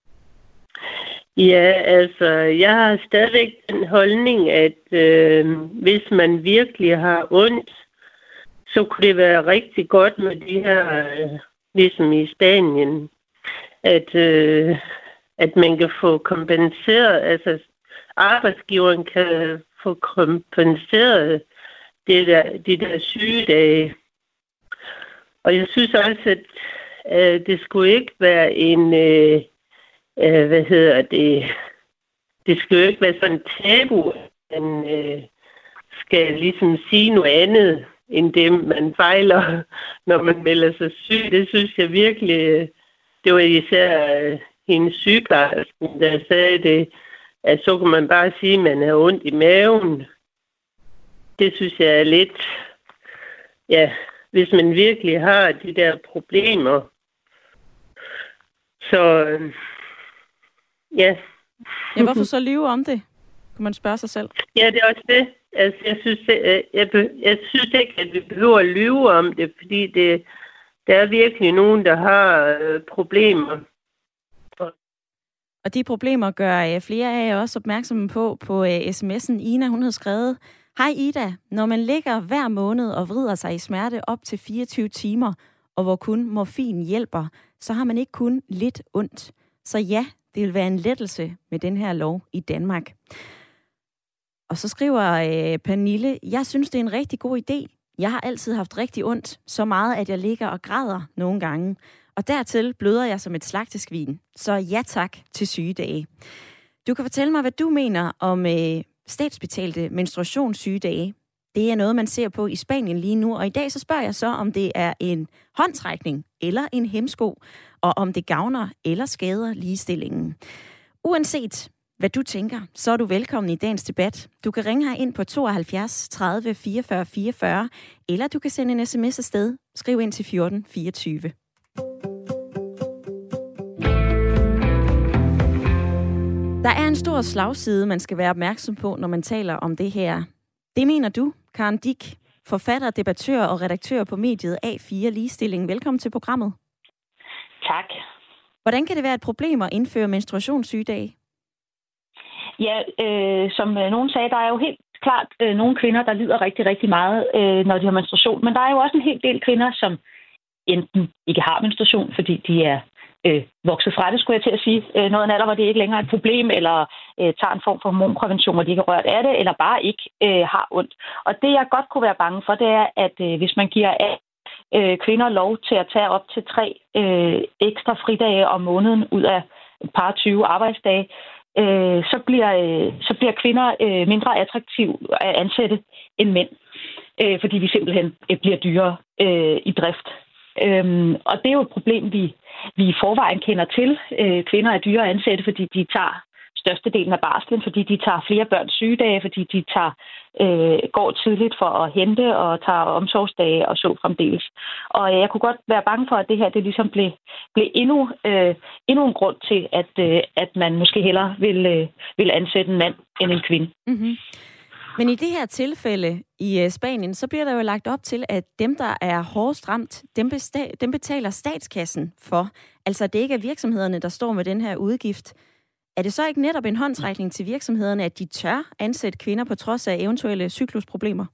Ja, altså, jeg har stadigvæk den holdning, at øh, hvis man virkelig har ondt, så kunne det være rigtig godt med de her, øh, ligesom i Spanien, at, øh, at man kan få kompenseret, altså arbejdsgiveren kan få kompenseret det der, de der sygedage. Og jeg synes også, at øh, det skulle ikke være en, øh, øh, hvad hedder det, det skulle ikke være sådan en tabu, man øh, skal ligesom sige noget andet, end det, man fejler, når man melder sig syg. Det synes jeg virkelig, det var især øh, hendes sygeplejersken, der sagde det, at så kan man bare sige, at man har ondt i maven. Det synes jeg er lidt, ja, hvis man virkelig har de der problemer. Så, øh, ja. Ja, hvorfor så lyve om det? Kan man spørge sig selv? Ja, det er også det. Altså, jeg synes, jeg, jeg, jeg synes ikke, at vi behøver at lyve om det, fordi det, der er virkelig nogen, der har øh, problemer. Og de problemer gør flere af jer også opmærksomme på på sms'en. Ina, hun har skrevet: Hej Ida, når man ligger hver måned og vrider sig i smerte op til fireogtyve timer, og hvor kun morfin hjælper, så har man ikke kun lidt ondt. Så ja, det vil være en lettelse med den her lov i Danmark. Og så skriver øh, Pernille: Jeg synes, det er en rigtig god idé. Jeg har altid haft rigtig ondt, så meget, at jeg ligger og græder nogle gange. Og dertil bløder jeg som et slagtesvin. Så ja tak til sygedage. Du kan fortælle mig, hvad du mener om øh, statsbetalte menstruationssygedage. Det er noget, man ser på i Spanien lige nu. Og i dag så spørger jeg så, om det er en håndtrækning eller en hæmsko, og om det gavner eller skader ligestillingen. Uanset hvad du tænker, så er du velkommen i dagens debat. Du kan ringe her ind på tooghalvfjerds tredive fireogfyrre fireogfyrre, eller du kan sende en sms afsted. Skriv ind til fjorten fireogtyve. Der er en stor slagside, man skal være opmærksom på, når man taler om det her. Det mener du, Karen Dick, forfatter, debattør og redaktør på mediet A fire Ligestilling. Velkommen til programmet. Tak. Hvordan kan det være et problem at indføre menstruationssygedage? Ja, øh, som nogen sagde, der er jo helt klart øh, nogle kvinder, der lider rigtig, rigtig meget, øh, når de har menstruation. Men der er jo også en hel del kvinder, som enten ikke har menstruation, fordi de er øh, vokset fra det, skulle jeg til at sige. Øh, noget af en alder, hvor det ikke længere er et problem, eller øh, tager en form for hormonprævention, hvor de ikke er rørt af det, eller bare ikke øh, har ondt. Og det, jeg godt kunne være bange for, det er, at øh, hvis man giver af øh, kvinder lov til at tage op til tre øh, ekstra fridage om måneden ud af et par tyve arbejdsdage, øh, så, bliver, øh, så bliver kvinder øh, mindre attraktive at ansætte end mænd, øh, fordi de simpelthen øh, bliver dyrere øh, i drift. Øhm, og det er jo et problem, vi, vi i forvejen kender til. Øh, kvinder er dyre at ansætte, fordi de tager størstedelen af barslen, fordi de tager flere børns sygedage, fordi de tager, øh, går tidligt for at hente og tager omsorgsdage og så fremdeles. Og jeg kunne godt være bange for, at det her det ligesom blev, blev endnu, øh, endnu en grund til, at, øh, at man måske hellere vil, øh, vil ansætte en mand end en kvinde. Mm-hmm. Men i det her tilfælde i Spanien, så bliver der jo lagt op til, at dem, der er hårdest ramt, dem, besta- dem betaler statskassen for. Altså, det ikke er virksomhederne, der står med den her udgift. Er det så ikke netop en håndsrækning til virksomhederne, at de tør ansætte kvinder på trods af eventuelle cyklusproblemer?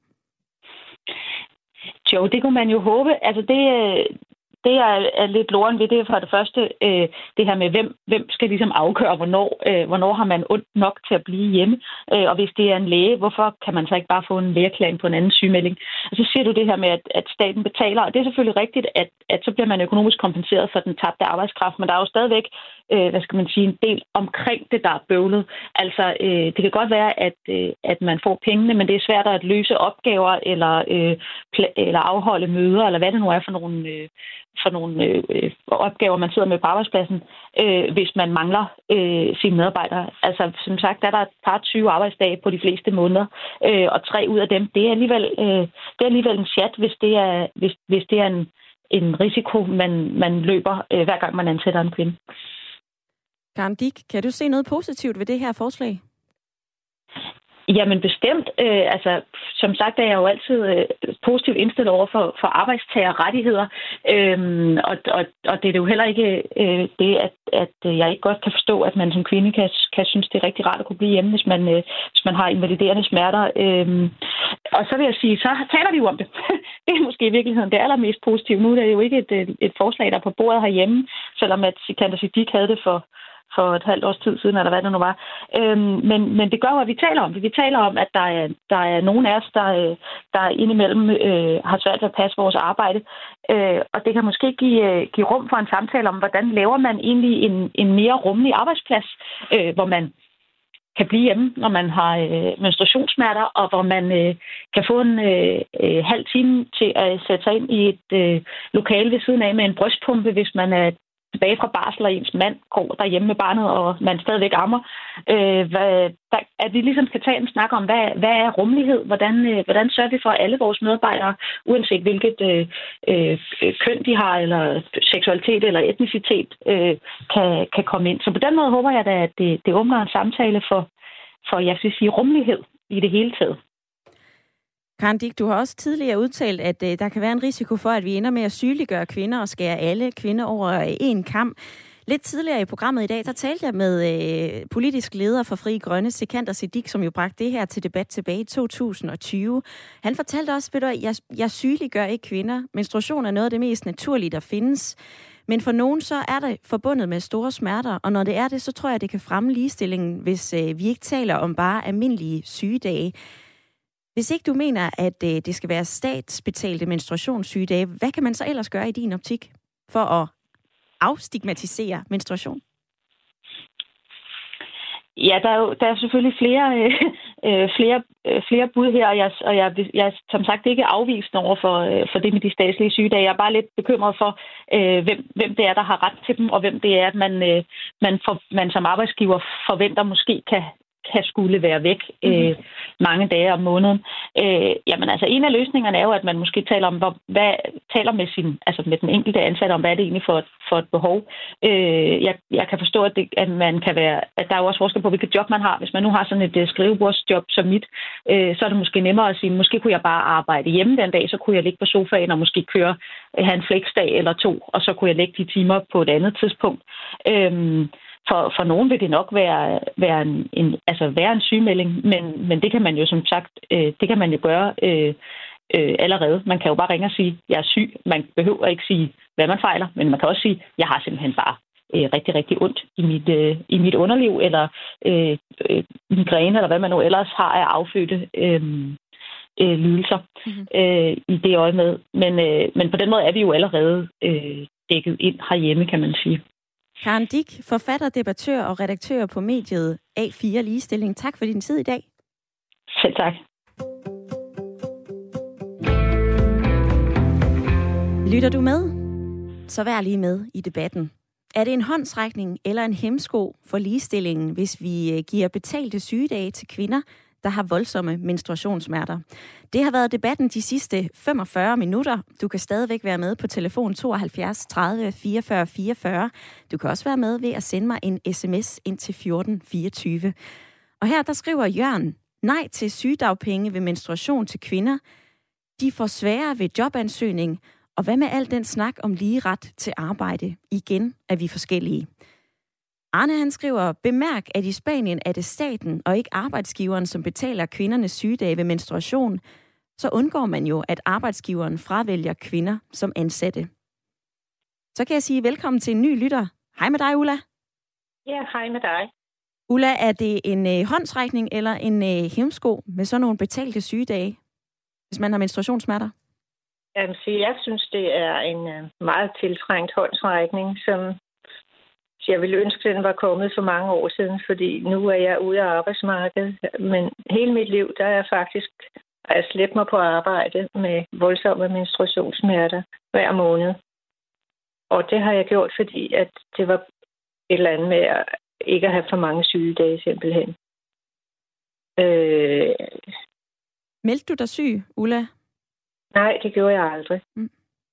Jo, det kunne man jo håbe. Altså, det, det er, er lidt loren ved det for det første, øh, det her med, hvem, hvem skal ligesom afgøre, hvornår, øh, hvornår har man ondt nok til at blive hjemme. Øh, og hvis det er en læge, hvorfor kan man så ikke bare få en lægeerklæring på en anden sygemelding? Og så siger du det her med, at, at staten betaler, og det er selvfølgelig rigtigt, at, at så bliver man økonomisk kompenseret for den tabte arbejdskraft, men der er jo stadigvæk, øh, hvad skal man sige, en del omkring det, der er bøvlet. Altså, øh, det kan godt være, at, øh, at man får pengene, men det er svært at løse opgaver, eller, øh, pl- eller afholde møder, eller hvad det nu er for nogle... Øh, for nogle øh, opgaver, man sidder med på arbejdspladsen, øh, hvis man mangler øh, sine medarbejdere. Altså, som sagt, der er der et par tyve arbejdsdage på de fleste måneder, øh, og tre ud af dem, det er alligevel, øh, det er alligevel en chat, hvis det er, hvis, hvis det er en, en risiko, man, man løber, øh, hver gang man ansætter en kvinde. Karen Dick, kan du se noget positivt ved det her forslag? Jamen bestemt. Øh, altså, som sagt er jeg jo altid øh, positivt indstillet over for, for arbejdstagerrettigheder, øhm, og, og, og det er jo heller ikke øh, det, at, at jeg ikke godt kan forstå, at man som kvinde kan, kan synes, det er rigtig rart at kunne blive hjemme, hvis man, øh, hvis man har invaliderende smerter. Øhm, og så vil jeg sige, så taler vi jo om det. Det er måske i virkeligheden det allermest positive. Nu er det jo ikke et, et forslag, der er på bordet herhjemme, selvom at Sikandar Siddique havde det for for et halvt års tid siden, eller hvad det nu var. Øhm, men, men det gør jo, at vi taler om det. Vi taler om, at der er, der er nogen af os, der, der indimellem øh, har svært ved at passe vores arbejde. Øh, og det kan måske give, give rum for en samtale om, hvordan laver man egentlig en, en mere rummelig arbejdsplads, øh, hvor man kan blive hjemme, når man har øh, menstruationssmerter, og hvor man øh, kan få en øh, øh, halv time til at sætte sig ind i et øh, lokale ved siden af med en brystpumpe, hvis man er tilbage fra barsel, og ens mand går derhjemme med barnet, og man stadigvæk ammer. Øh, hvad, der, at vi ligesom skal tage en snak om, hvad, hvad er rummelighed? Hvordan, øh, hvordan sørger vi for, at alle vores medarbejdere, uanset hvilket øh, øh, køn de har, eller seksualitet eller etnicitet, øh, kan, kan komme ind. Så på den måde håber jeg da, at det, det åbner en samtale for, for jeg skal sige, rummelighed i det hele taget. Karen Dick, du har også tidligere udtalt, at øh, der kan være en risiko for, at vi ender med at sygeliggøre kvinder og skære alle kvinder over en kam. Lidt tidligere i programmet i dag, der talte jeg med øh, politisk leder for Frie Grønne, Sikander Siddique, som jo bragte det her til debat tilbage i to tusind og tyve. Han fortalte også, ved du, at jeg, jeg sygeliggør ikke kvinder. Menstruation er noget af det mest naturlige, der findes. Men for nogen så er det forbundet med store smerter, og når det er det, så tror jeg, det kan fremme ligestillingen, hvis øh, vi ikke taler om bare almindelige sygedage. Hvis ikke du mener, at øh, det skal være statsbetalte menstruationssygedage, hvad kan man så ellers gøre i din optik for at afstigmatisere menstruation? Ja, der er jo der er selvfølgelig flere, øh, flere, øh, flere bud her, og jeg, og jeg, jeg er som sagt ikke afvisende over for, øh, for det med de statslige sygedage. Jeg er bare lidt bekymret for, øh, hvem, hvem det er, der har ret til dem, og hvem det er, at man, øh, man, for, man som arbejdsgiver forventer måske kan kan skulle være væk øh, mm. mange dage om måneden. Øh, jamen altså, en af løsningerne er jo, at man måske taler om, hvor, hvad, taler med sin, altså med den enkelte ansatte om, hvad er det egentlig for et, for et behov. Øh, jeg, jeg kan forstå, at, det, at man kan være, at der er jo også forskel på, hvilket job man har. Hvis man nu har sådan et uh, skrivebordsjob som mit, øh, så er det måske nemmere at sige, måske kunne jeg bare arbejde hjemme den dag, så kunne jeg ligge på sofaen og måske køre, have en flexdag eller to, og så kunne jeg lægge de timer på et andet tidspunkt. Øh, For, for nogen vil det nok være, være, en, en, altså være en sygemelding, men, men det kan man jo som sagt øh, det kan man jo gøre øh, øh, allerede. Man kan jo bare ringe og sige, jeg er syg. Man behøver ikke sige, hvad man fejler, men man kan også sige, jeg har simpelthen bare øh, rigtig, rigtig ondt i mit, øh, i mit underliv, eller øh, øh, migræne, eller hvad man nu ellers har af affødte øh, øh, lidelser mm-hmm. øh, i det øje med. Men, øh, men på den måde er vi jo allerede øh, dækket ind herhjemme, kan man sige. Karen Dick, forfatter, debattør og redaktør på mediet A fire Ligestilling. Tak for din tid i dag. Selv tak. Lytter du med? Så vær lige med i debatten. Er det en håndsrækning eller en hæmsko for ligestillingen, hvis vi giver betalte sygedage til kvinder, der har voldsomme menstruationssmerter? Det har været debatten de sidste femogfyrre minutter. Du kan stadigvæk være med på telefon tooghalvfjerds tredive fireogfyrre fireogfyrre. Du kan også være med ved at sende mig en sms ind til fjorten fireogtyve. Og her der skriver Jørgen, nej til sygedagpenge ved menstruation til kvinder. De får sværere ved jobansøgning. Og hvad med al den snak om lige ret til arbejde? Igen er vi forskellige. Arne han skriver, bemærk, at i Spanien er det staten og ikke arbejdsgiveren, som betaler kvindernes sygedage ved menstruation. Så undgår man jo, at arbejdsgiveren fravælger kvinder som ansatte. Så kan jeg sige velkommen til en ny lytter. Hej med dig, Ulla. Ja, hej med dig. Ulla, er det en øh, håndsrækning eller en øh, hæmsko med sådan nogle betalte sygedage, hvis man har menstruationssmerter? Jeg synes, det er en meget tiltrængt håndsrækning, som jeg ville ønske, den var kommet for mange år siden, fordi nu er jeg ude af arbejdsmarkedet. Men hele mit liv, der er jeg faktisk at jeg slæbt mig på arbejde med voldsomme menstruationssmerter hver måned. Og det har jeg gjort, fordi at det var et eller andet med at ikke at have for mange sygedage simpelthen. Øh... Meldte du dig syg, Ulla? Nej, det gjorde jeg aldrig. Mm.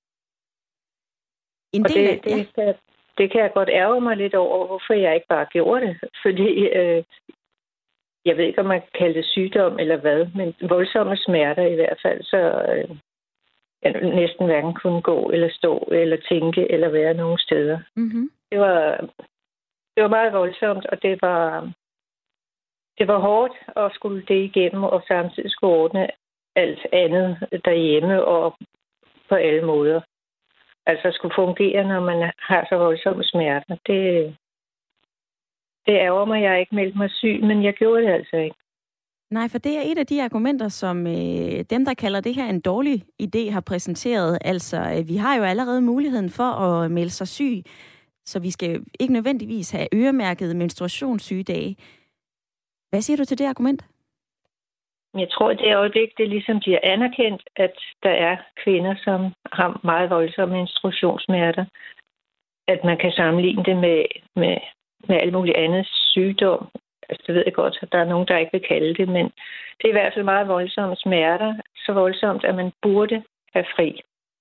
En del det, af, det, ja. kan, det kan jeg godt ærge mig lidt over, hvorfor jeg ikke bare gjorde det. Fordi øh, jeg ved ikke, om man kan kalde det sygdom eller hvad, men voldsomme smerter i hvert fald, så øh, jeg næsten hverken kunne gå eller stå eller tænke eller være nogen steder. Mm-hmm. Det var, det var meget voldsomt, og det var, det var hårdt at skulle det igennem og samtidig skulle ordne alt andet derhjemme og på alle måder. Altså skulle fungere, når man har så voldsomme smerter. Det, det ærger mig, at jeg ikke meldte mig syg, men jeg gjorde det altså ikke. Nej, for det er et af de argumenter, som øh, dem, der kalder det her en dårlig idé, har præsenteret. Altså, øh, vi har jo allerede muligheden for at melde sig syg, så vi skal ikke nødvendigvis have øremærket menstruationssygedage. Hvad siger du til det argument? Jeg tror, det er øjeblik, det ligesom bliver anerkendt, at der er kvinder, som har meget voldsomme menstruationssmerter. At man kan sammenligne det med, med, med alt muligt andet sygdom. Altså, det ved jeg godt, at der er nogen, der ikke vil kalde det, men det er i hvert fald meget voldsomme smerter. Så voldsomt, at man burde have fri.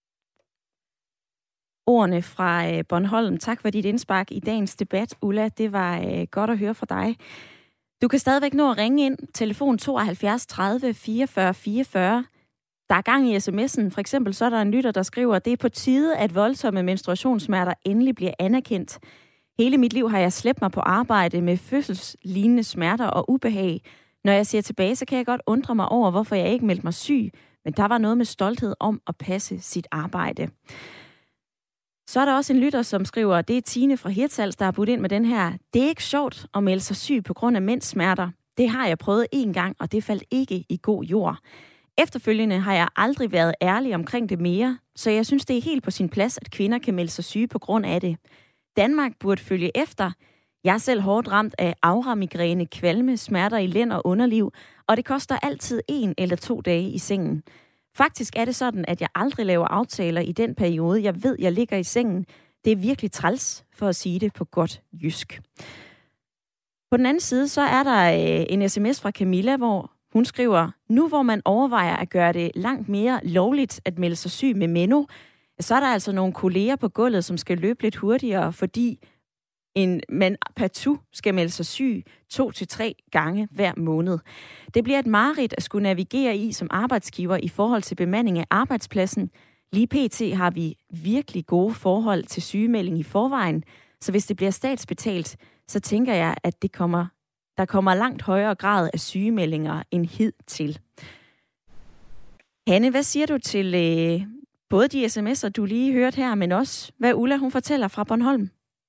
Ordene fra Bornholm. Tak for dit indspark i dagens debat, Ulla. Det var godt at høre fra dig. Du kan stadigvæk nå at ringe ind. Telefon tooghalvfjerds tredive fireogfyrre fireogfyrre. Der er gang i sms'en. For eksempel så er der en lytter, der skriver, at det er på tide, at voldsomme menstruationssmerter endelig bliver anerkendt. Hele mit liv har jeg slæbt mig på arbejde med fødselslignende smerter og ubehag. Når jeg ser tilbage, så kan jeg godt undre mig over, hvorfor jeg ikke meldte mig syg. Men der var noget med stolthed om at passe sit arbejde. Så er der også en lytter, som skriver, det er Tine fra Hirtshals, der har budt ind med den her. Det er ikke sjovt at melde sig syg på grund af mænds smerter. Det har jeg prøvet én gang, og det faldt ikke i god jord. Efterfølgende har jeg aldrig været ærlig omkring det mere, så jeg synes, det er helt på sin plads, at kvinder kan melde sig syge på grund af det. Danmark burde følge efter. Jeg er selv hårdt ramt af aura-migræne, kvalme, smerter i lænd og underliv, og det koster altid en eller to dage i sengen. Faktisk er det sådan, at jeg aldrig laver aftaler i den periode, jeg ved, jeg ligger i sengen. Det er virkelig træls, for at sige det på godt jysk. På den anden side, så er der en sms fra Camilla, hvor hun skriver, nu hvor man overvejer at gøre det langt mere lovligt at melde sig syg med Meno, så er der altså nogle kolleger på gulvet, som skal løbe lidt hurtigere, fordi en, man partout skal melde sig syg to til tre gange hver måned. Det bliver et mareridt at skulle navigere i som arbejdsgiver i forhold til bemanding af arbejdspladsen. Lige pt. Har vi virkelig gode forhold til sygemelding i forvejen, så hvis det bliver statsbetalt, så tænker jeg, at det kommer, der kommer langt højere grad af sygemeldinger end hidtil. Hanne, hvad siger du til øh, både de sms'er, du lige hørte her, men også hvad Ulla hun fortæller fra Bornholm?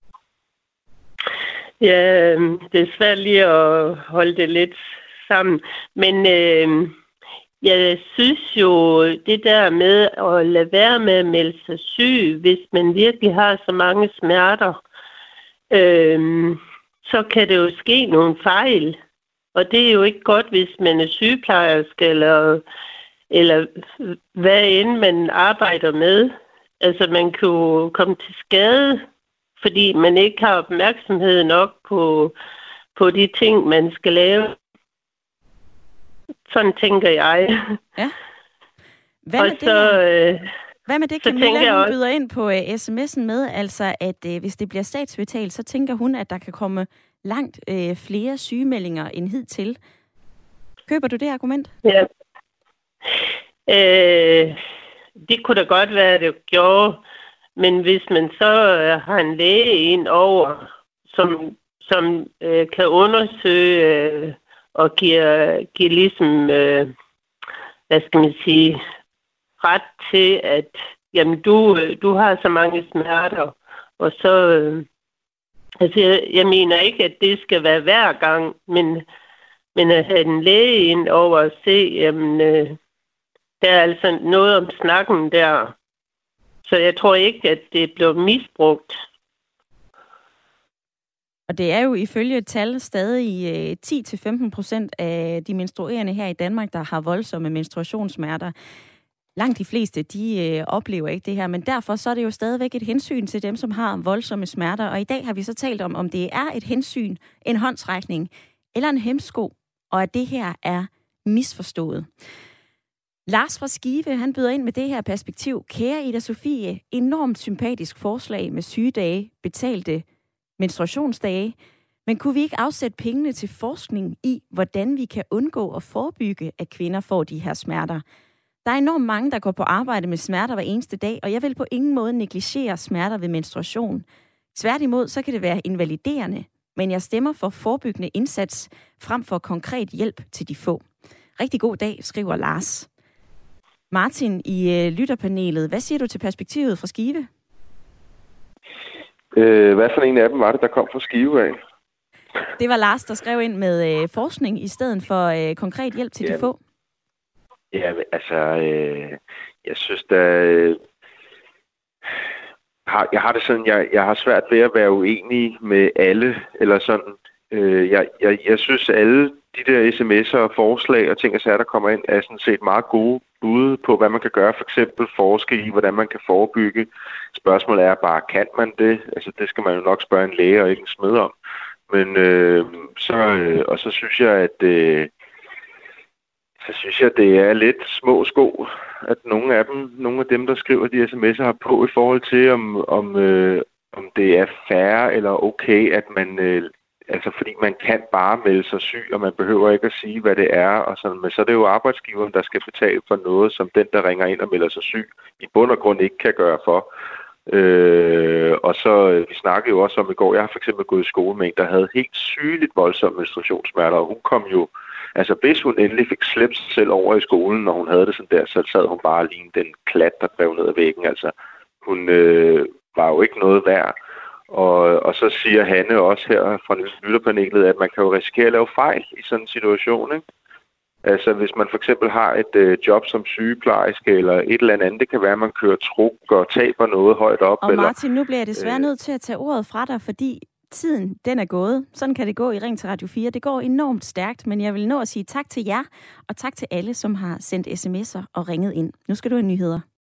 Ja, det er svært lige at holde det lidt sammen. Men øh, jeg synes jo, det der med at lade være med at melde sig syg, hvis man virkelig har så mange smerter, øh, så kan det jo ske nogle fejl. Og det er jo ikke godt, hvis man er sygeplejerske, eller, eller hvad end man arbejder med. Altså, man kan jo komme til skade, fordi man ikke har opmærksomhed nok på, på de ting, man skal lave. Sådan tænker jeg. Ja. Hvad med, så, det, øh, Hvad med det, Camilla, hun også... byder ind på uh, sms'en med, altså at uh, hvis det bliver statsbetalt, så tænker hun, at der kan komme langt uh, flere sygemeldinger end hidtil. Køber du det argument? Ja. Øh, det kunne da godt være, at det gjorde. Men hvis man så øh, har en læge ind over, som, som øh, kan undersøge øh, og giver, giver ligesom, øh, hvad skal man sige, ret til, at jamen, du, øh, du har så mange smerter. Og så, øh, altså jeg, jeg mener ikke, at det skal være hver gang, men, men at have en læge ind over og se, jamen, øh, der er altså noget om snakken der. Så jeg tror ikke, at det blev misbrugt. Og det er jo ifølge et tal stadig øh, ti til femten procent af de menstruerende her i Danmark, der har voldsomme menstruationssmerter. Langt de fleste, de øh, oplever ikke det her, men derfor så er det jo stadigvæk et hensyn til dem, som har voldsomme smerter. Og i dag har vi så talt om, om det er et hensyn, en håndsrækning eller en hemsko, og at det her er misforstået. Lars fra Skive, han byder ind med det her perspektiv. Kære Ida Sofie, enormt sympatisk forslag med sygedage, betalte menstruationsdage. Men kunne vi ikke afsætte pengene til forskning i, hvordan vi kan undgå at forebygge, at kvinder får de her smerter? Der er enormt mange, der går på arbejde med smerter hver eneste dag, og jeg vil på ingen måde negligere smerter ved menstruation. Tværtimod, så kan det være invaliderende, men jeg stemmer for forebyggende indsats frem for konkret hjælp til de få. Rigtig god dag, skriver Lars. Martin i øh, lytterpanelet, hvad siger du til perspektivet fra Skive? Øh, hvad for en af dem var det, der kom fra Skive af? Det var Lars, der skrev ind med øh, forskning i stedet for øh, konkret hjælp til ja, de få. Ja, altså, øh, jeg synes da... Øh, har, jeg har det sådan, jeg, jeg har svært ved at være uenig med alle, eller sådan. Øh, jeg, jeg, jeg synes, alle de der sms'er og forslag og ting og sager, der kommer ind, er sådan set meget gode bud på, hvad man kan gøre. For eksempel forske i, hvordan man kan forebygge. Spørgsmålet er bare, kan man det? Altså, det skal man jo nok spørge en læge og ikke en smed om. Men øh, så, øh, og så synes jeg, at øh, så synes jeg, det er lidt små sko, at nogle af dem, nogle af dem, der skriver de sms'er, har på i forhold til, om, om, øh, om det er fair eller okay, at man, øh, altså fordi man kan bare melde sig syg, og man behøver ikke at sige, hvad det er, og sådan, men så er det jo arbejdsgiveren, der skal betale for noget, som den, der ringer ind og melder sig syg, i bund og grund ikke kan gøre for. Øh, og så, øh, vi snakkede jo også om i går, jeg har for eksempel gået i skole med en, der havde helt sygeligt voldsomme menstruationssmerter, og hun kom jo, altså hvis hun endelig fik slæbt sig selv over i skolen, når hun havde det sådan der, så sad hun bare lige den klat, der drev ned ad væggen, altså hun øh, var jo ikke noget værd. Og, og så siger Hanne også her fra lytterpanelet, at man kan jo risikere at lave fejl i sådan en situation, ikke? Altså hvis man for eksempel har et øh, job som sygeplejerske eller et eller andet, det kan være, at man kører truk og taber noget højt op. Og Martin, eller, nu bliver jeg desværre øh, nødt til at tage ordet fra dig, fordi tiden, den er gået. Sådan kan det gå i Ring til Radio fire. Det går enormt stærkt, men jeg vil nå at sige tak til jer, og tak til alle, som har sendt sms'er og ringet ind. Nu skal du have nyheder.